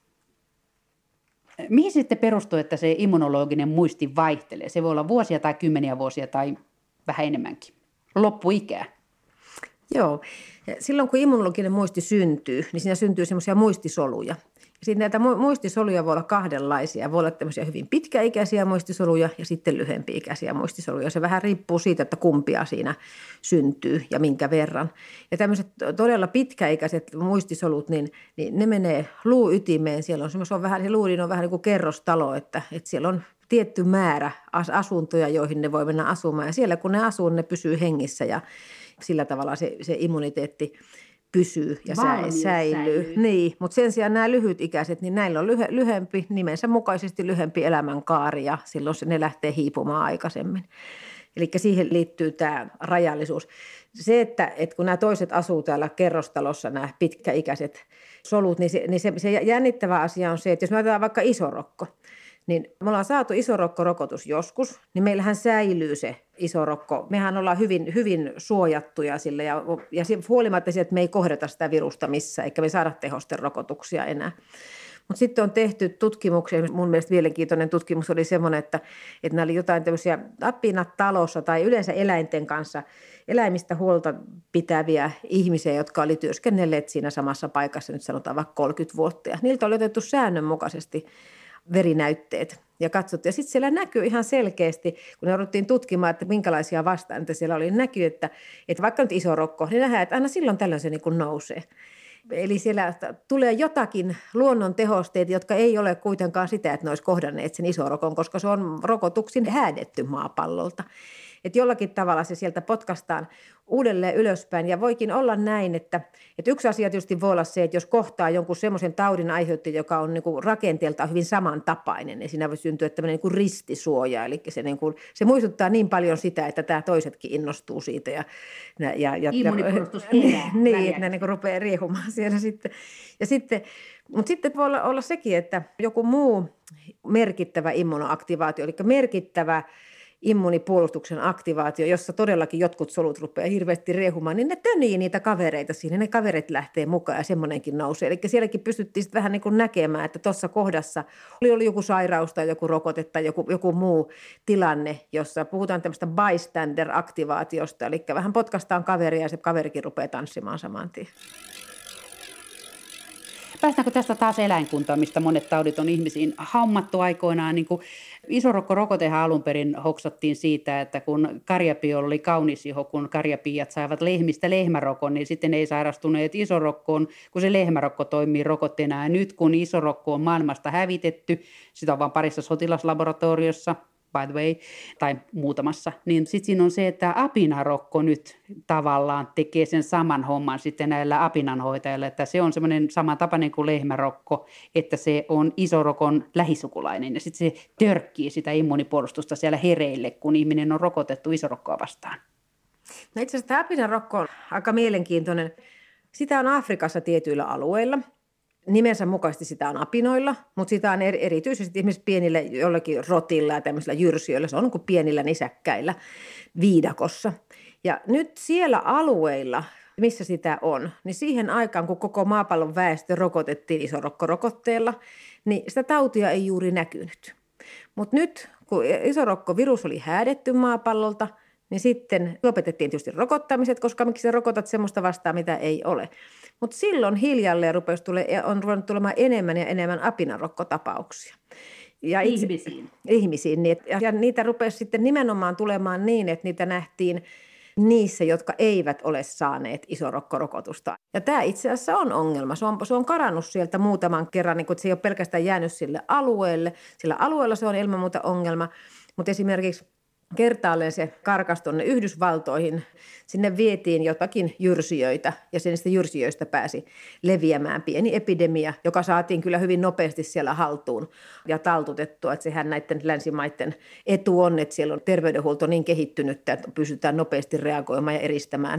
Mihin sitten perustuu, että se immunologinen muisti vaihtelee? Se voi olla vuosia tai 10 vuosia tai vähän enemmänkin. Loppuikää. Joo. Silloin kun immunologinen muisti syntyy, niin siinä syntyy semmoisia muistisoluja. Sitten näitä muistisoluja voi olla 2. Voi olla tämmöisiä hyvin pitkäikäisiä muistisoluja ja sitten lyhempi-ikäisiä muistisoluja. Se vähän riippuu siitä, että kumpia siinä syntyy ja minkä verran. Ja tämmöiset todella pitkäikäiset muistisolut, niin ne menee luuytimeen. Siellä on semmoinen, se luudin on vähän niin kuin kerrostalo, että siellä on tietty määrä asuntoja, joihin ne voi mennä asumaan. Ja siellä kun ne asuu, ne pysyy hengissä ja sillä tavalla se immuniteetti pysyy ja säilyy. Niin, mutta sen sijaan nämä lyhytikäiset, niin näillä on lyhempi, nimensä mukaisesti lyhempi elämänkaari ja silloin ne lähtee hiipumaan aikaisemmin. Eli siihen liittyy tämä rajallisuus. Se, että kun nämä toiset asuu täällä kerrostalossa, nämä pitkäikäiset solut, niin se jännittävä asia on se, että jos me otetaan vaikka isorokko, niin me ollaan saatu isorokkorokotus joskus, niin meillähän säilyy se isorokko. Mehän ollaan hyvin, hyvin suojattuja sille ja huolimatta siitä, että me ei kohdata sitä virusta missään, eikä me saada tehosterokotuksia enää. Mutta sitten on tehty tutkimuksia, mun mielestä mielenkiintoinen tutkimus oli semmoinen, että nämä oli jotain tämmöisiä apinat talossa tai yleensä eläinten kanssa, eläimistä huolta pitäviä ihmisiä, jotka oli työskennelleet siinä samassa paikassa, nyt sanotaan vaikka 30 vuotta. Ja niiltä oli otettu säännönmukaisesti verinäytteet ja katsottiin. Ja sitten siellä näkyy ihan selkeästi, kun ne jouduttiin tutkimaan, että minkälaisia vastaantoja siellä oli, näkyy, että vaikka nyt iso rokko, niin nähdään, että aina silloin tällöin se niin kuin nousee. Eli siellä tulee jotakin luonnon tehosteita, jotka ei ole kuitenkaan sitä, että ne olisi kohdanneet sen isorokon, koska se on rokotuksin häädetty maapallolta. että jollakin tavalla se sieltä potkaistaan uudelleen ylöspäin. Ja voikin olla näin, että yksi asia tietysti voi olla se, että jos kohtaa jonkun semmoisen taudin aiheuttaja, joka on niin kuin rakenteeltaan hyvin samantapainen, niin siinä voi syntyä tämmöinen niin kuin ristisuoja. Eli se muistuttaa niin paljon sitä, että tämä toisetkin innostuu siitä. Immunipuolustus herää. Niin, että ne niin kuin rupeaa riehumaan siellä sitten. Mutta sitten voi olla sekin, että joku muu merkittävä immunoaktivaatio, eli merkittävä immunipuolustuksen aktivaatio, jossa todellakin jotkut solut rupeaa hirveästi riehumaan, niin ne tönii niitä kavereita siinä, ne kaverit lähtee mukaan ja semmoinenkin nousee. Eli sielläkin pystyttiin sitten vähän niin kuin näkemään, että tuossa kohdassa oli joku sairaus tai joku rokote tai joku muu tilanne, jossa puhutaan tämmöistä bystander-aktivaatiosta, eli vähän potkaistaan kaveria ja se kaverikin rupeaa tanssimaan saman tien. Päästäänkö tästä taas eläinkuntaan, mistä monet taudit on ihmisiin hammattu aikoinaan? Niin kuin isorokko-rokotehan alun perin hoksattiin siitä, että kun karjapio oli kaunis iho, kun karjapiiat saivat lehmistä lehmärokon, niin sitten ei sairastuneet isorokkoon, kun se lehmärokko toimii rokotteena. Ja nyt kun isorokko on maailmasta hävitetty, sitä on vain parissa sotilaslaboratoriossa, by the way, tai muutamassa, niin sitten siinä on se, että apinarokko nyt tavallaan tekee sen saman homman sitten näillä apinanhoitajilla, että se on semmoinen samantapainen kuin lehmärokko, että se on isorokon lähisukulainen ja sitten se törkkii sitä immunipuolustusta siellä hereille, kun ihminen on rokotettu isorokkoa vastaan. No itse asiassa tämä apinarokko on aika mielenkiintoinen. Sitä on Afrikassa tietyillä alueilla. Nimensä mukaisesti sitä on apinoilla, mutta sitä on erityisesti esimerkiksi pienillä jollakin rotilla ja tämmöisillä jyrsijöillä. Se on kuin pienillä nisäkkäillä viidakossa. Ja nyt siellä alueilla, missä sitä on, niin siihen aikaan, kun koko maapallon väestö rokotettiin isorokkorokotteella, niin sitä tautia ei juuri näkynyt. Mutta nyt, kun isorokkovirus oli häädetty maapallolta, niin sitten lopetettiin tietysti rokottamiset, koska miksi sä rokotat semmoista vastaan, mitä ei ole. Mutta silloin hiljalleen on ruvennut tulemaan enemmän ja enemmän apinarokkotapauksia. Ja ihmisiin. Ja niitä rupesi sitten nimenomaan tulemaan niin, että niitä nähtiin niissä, jotka eivät ole saaneet isorokkorokotusta. Ja tämä itse asiassa on ongelma. Se on karannut sieltä muutaman kerran, niin kun se ei ole pelkästään jäänyt sille alueelle. Sillä alueella se on ilman muuta ongelma, mutta esimerkiksi kertaalleen se karkasi tuonne Yhdysvaltoihin. Sinne vietiin jotakin jyrsijöitä ja niistä jyrsijöistä pääsi leviämään pieni epidemia, joka saatiin kyllä hyvin nopeasti siellä haltuun ja taltutettua. Että sehän näiden länsimaiden etu on, että siellä on terveydenhuolto niin kehittynyt, että pystytään nopeasti reagoimaan ja eristämään.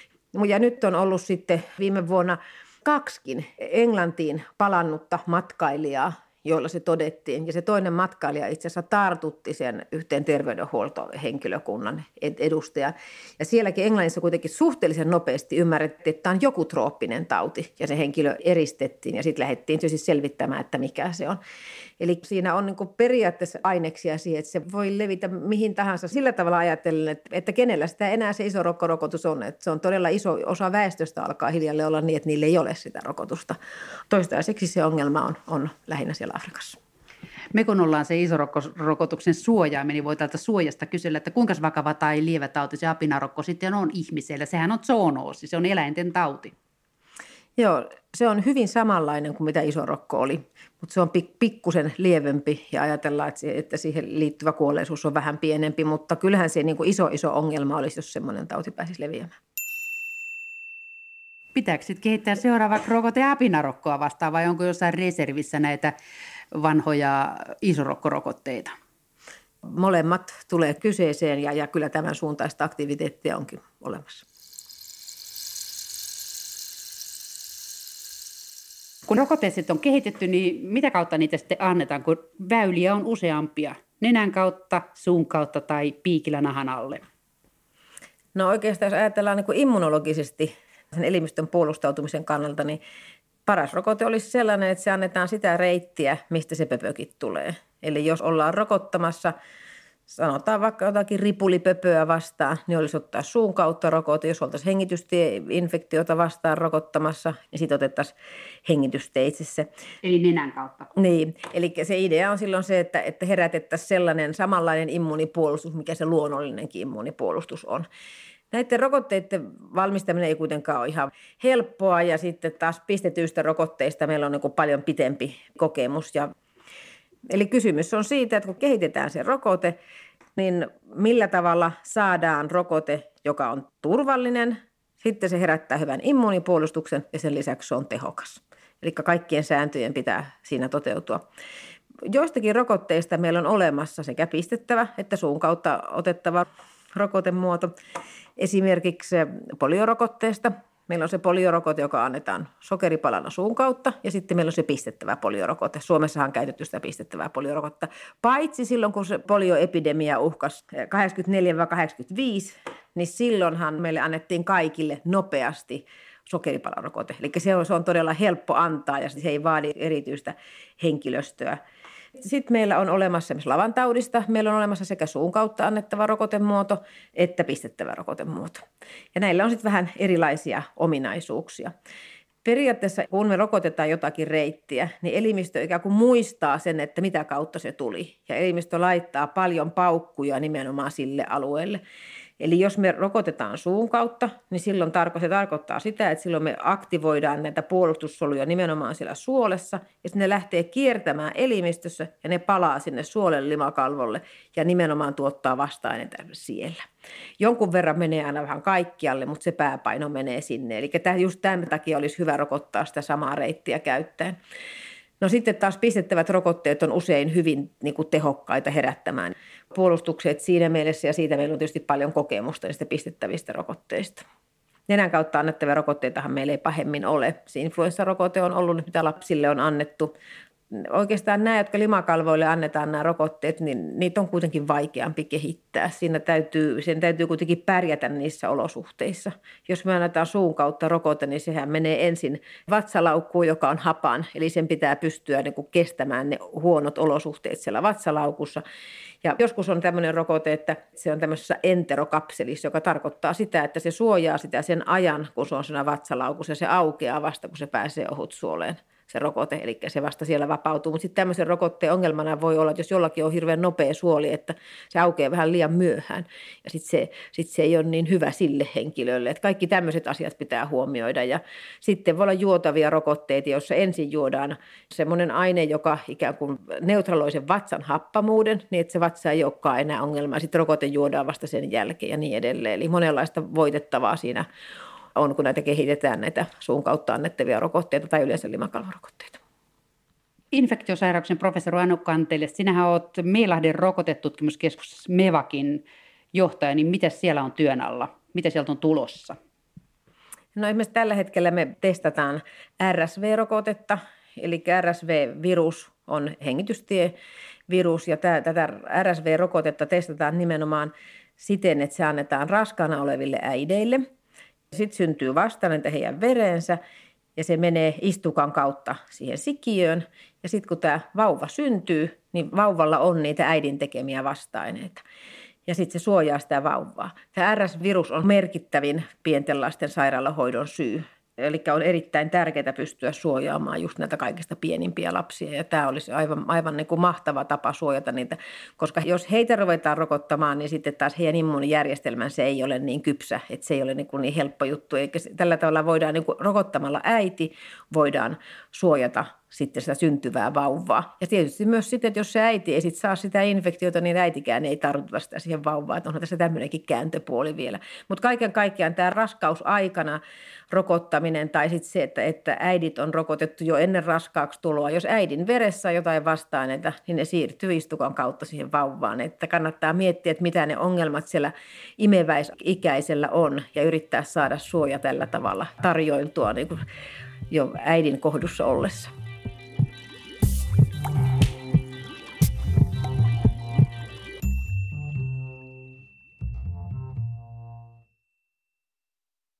Ja nyt on ollut sitten viime vuonna 2 Englantiin palannutta matkailijaa, joilla se todettiin. Ja se toinen matkailija itse asiassa tartutti sen yhteen terveydenhuoltohenkilökunnan edustajan. Ja sielläkin Englannissa kuitenkin suhteellisen nopeasti ymmärrettiin, että tämä on joku trooppinen tauti. Ja se henkilö eristettiin ja sitten lähdettiin tietysti selvittämään, että mikä se on. Eli siinä on niin kuin periaatteessa aineksia siihen, että se voi levitä mihin tahansa. Sillä tavalla ajatellen, että kenellä sitä enää se isorokkorokotus on. Että se on todella iso osa väestöstä alkaa hiljalleen olla niin, että niillä ei ole sitä rokotusta. Toistaiseksi se ongelma on lähinnä siellä Afrikassa. Me kun ollaan se isorokotuksen suojaaminen, niin voi täältä suojasta kysellä, että kuinka vakava tai lievä tauti se apinarokko sitten on ihmisellä. Sehän on zoonoosi, se on eläinten tauti. Joo, se on hyvin samanlainen kuin mitä isorokko oli, mutta se on pikkusen lievempi ja ajatellaan, että siihen liittyvä kuolleisuus on vähän pienempi, mutta kyllähän se niin kuin iso ongelma olisi, jos semmoinen tauti pääsisi leviämään. Pitääkö sitten kehittää seuraava rokote apinarokkoa vastaan vai onko jossain reservissä näitä vanhoja isorokkorokotteita? Molemmat tulee kyseeseen ja kyllä tämän suuntaista aktiviteettia onkin olemassa. Kun rokotteet on kehitetty, niin mitä kautta niitä sitten annetaan, kun väyliä on useampia? Nenän kautta, suun kautta tai piikillä nahan alle? No oikeastaan jos ajatellaan niin kuin immunologisesti sen elimistön puolustautumisen kannalta, niin paras rokote olisi sellainen, että se annetaan sitä reittiä, mistä se pöpökit tulee. Eli jos ollaan rokottamassa, sanotaan vaikka jotakin ripulipöpöä vastaan, niin olisi ottaa suun kautta rokote. Jos oltaisiin hengitystieinfektiota vastaan rokottamassa, niin sitten otettaisiin hengitysteitse se. Eli nenän kautta. Niin, eli se idea on silloin se, että herätettäisiin sellainen samanlainen immunipuolustus, mikä se luonnollinenkin immunipuolustus on. Näiden rokotteiden valmistaminen ei kuitenkaan ole ihan helppoa ja sitten taas pistetyistä rokotteista meillä on niin kuin paljon pitempi kokemus. Eli kysymys on siitä, että kun kehitetään se rokote, niin millä tavalla saadaan rokote, joka on turvallinen, sitten se herättää hyvän immuunipuolustuksen ja sen lisäksi se on tehokas. Eli kaikkien sääntöjen pitää siinä toteutua. Joistakin rokotteista meillä on olemassa sekä pistettävä että suun kautta otettava rokotemuoto. Esimerkiksi poliorokotteesta. Meillä on se poliorokote, joka annetaan sokeripalana suun kautta, ja sitten meillä on se pistettävä poliorokote. Suomessahan on käytetty sitä pistettävää poliorokotetta, paitsi silloin, kun se polioepidemia uhkasi 84-85, niin silloinhan meille annettiin kaikille nopeasti sokeripalarokote. Eli se on todella helppo antaa, ja se ei vaadi erityistä henkilöstöä. Sitten meillä on olemassa esimerkiksi lavantaudista, meillä on olemassa sekä suun kautta annettava rokotemuoto että pistettävä rokotemuoto. Ja näillä on sitten vähän erilaisia ominaisuuksia. Periaatteessa kun me rokotetaan jotakin reittiä, niin elimistö ikään kuin muistaa sen, että mitä kautta se tuli. Ja elimistö laittaa paljon paukkuja nimenomaan sille alueelle. Eli jos me rokotetaan suun kautta, niin silloin se tarkoittaa sitä, että silloin me aktivoidaan näitä puolustussoluja nimenomaan siellä suolessa, ja sitten ne lähtee kiertämään elimistössä, ja ne palaa sinne suolen limakalvolle, ja nimenomaan tuottaa vasta-aineita siellä. Jonkun verran menee aina vähän kaikkialle, mutta se pääpaino menee sinne. Eli just tämän takia olisi hyvä rokottaa sitä samaa reittiä käyttäen. No sitten taas pistettävät rokotteet on usein hyvin tehokkaita herättämään puolustukset siinä mielessä, ja siitä meillä on tietysti paljon kokemusta niistä pistettävistä rokotteista. Nenän kautta annettavia rokotteitahan meillä ei pahemmin ole. Se influenssarokote on ollut, mitä lapsille on annettu. Oikeastaan nämä, jotka limakalvoille annetaan nämä rokotteet, niin niitä on kuitenkin vaikeampi kehittää. Sen täytyy kuitenkin pärjätä niissä olosuhteissa. Jos me annetaan suun kautta rokote, niin sehän menee ensin vatsalaukkuun, joka on hapan. Eli sen pitää pystyä kestämään ne huonot olosuhteet siellä vatsalaukussa. Ja joskus on tämmöinen rokote, että se on tämmöisessä enterokapselissa, joka tarkoittaa sitä, että se suojaa sitä sen ajan, kun se on siinä vatsalaukussa, ja se aukeaa vasta, kun se pääsee ohutsuoleen. Se rokote, eli se vasta siellä vapautuu. Mutta sitten tämmöisen rokotteen ongelmana voi olla, että jos jollakin on hirveän nopea suoli, että se aukeaa vähän liian myöhään. Ja sitten se ei ole niin hyvä sille henkilölle. Että kaikki tämmöiset asiat pitää huomioida. Ja sitten voi olla juotavia rokotteita, joissa ensin juodaan semmoinen aine, joka ikään kuin neutraloi sen vatsan happamuuden, niin että se vatsa ei olekaan enää ongelma. Sitten rokote juodaan vasta sen jälkeen ja niin edelleen. Eli monenlaista voitettavaa siinä on, kun näitä kehitetään, näitä suun kautta annettavia rokotteita tai yleensä limakalvorokotteita. Infektiosairauksien professori Anu Kantele, sinähän olet Meilahden rokotetutkimuskeskuksessa MEVAKin johtaja, niin mitä siellä on työn alla? Mitä sieltä on tulossa? No esimerkiksi tällä hetkellä me testataan RSV-rokotetta, eli RSV-virus on hengitystievirus, ja tätä RSV-rokotetta testataan nimenomaan siten, että se annetaan raskaana oleville äideille. Sitten syntyy vastaanetta heidän vereensä, ja se menee istukan kautta siihen sikiöön. Ja sitten kun tämä vauva syntyy, niin vauvalla on niitä äidin tekemiä vasta-aineita. Ja sitten se suojaa sitä vauvaa. Tämä RS-virus on merkittävin pienten lasten sairaalahoidon syy. Eli on erittäin tärkeää pystyä suojaamaan just näitä kaikista pienimpiä lapsia. Ja tämä olisi aivan niin kuin mahtava tapa suojata niitä, koska jos heitä ruvetaan rokottamaan, niin sitten taas heidän immuunijärjestelmänsä ei ole niin kypsä, että se ei ole niin helppo juttu. Eikä tällä tavalla voidaan niin kuin rokottamalla äiti voidaan suojata sitten sitä syntyvää vauvaa. Ja tietysti myös sitten, että jos se äiti ei sit saa sitä infektiota, niin äitikään ei tartuta sitä siihen vauvaan. Että onhan tässä tämmöinenkin kääntöpuoli vielä. Mutta kaiken kaikkiaan tämä raskausaikana rokottaminen tai sitten se, että äidit on rokotettu jo ennen raskaaksi tuloa. Jos äidin veressä on jotain vasta-aineita, niin ne siirtyy istukan kautta siihen vauvaan. Että kannattaa miettiä, että mitä ne ongelmat siellä imeväisikäisellä on ja yrittää saada suoja tällä tavalla tarjoiltua niin kuin jo äidin kohdussa ollessa.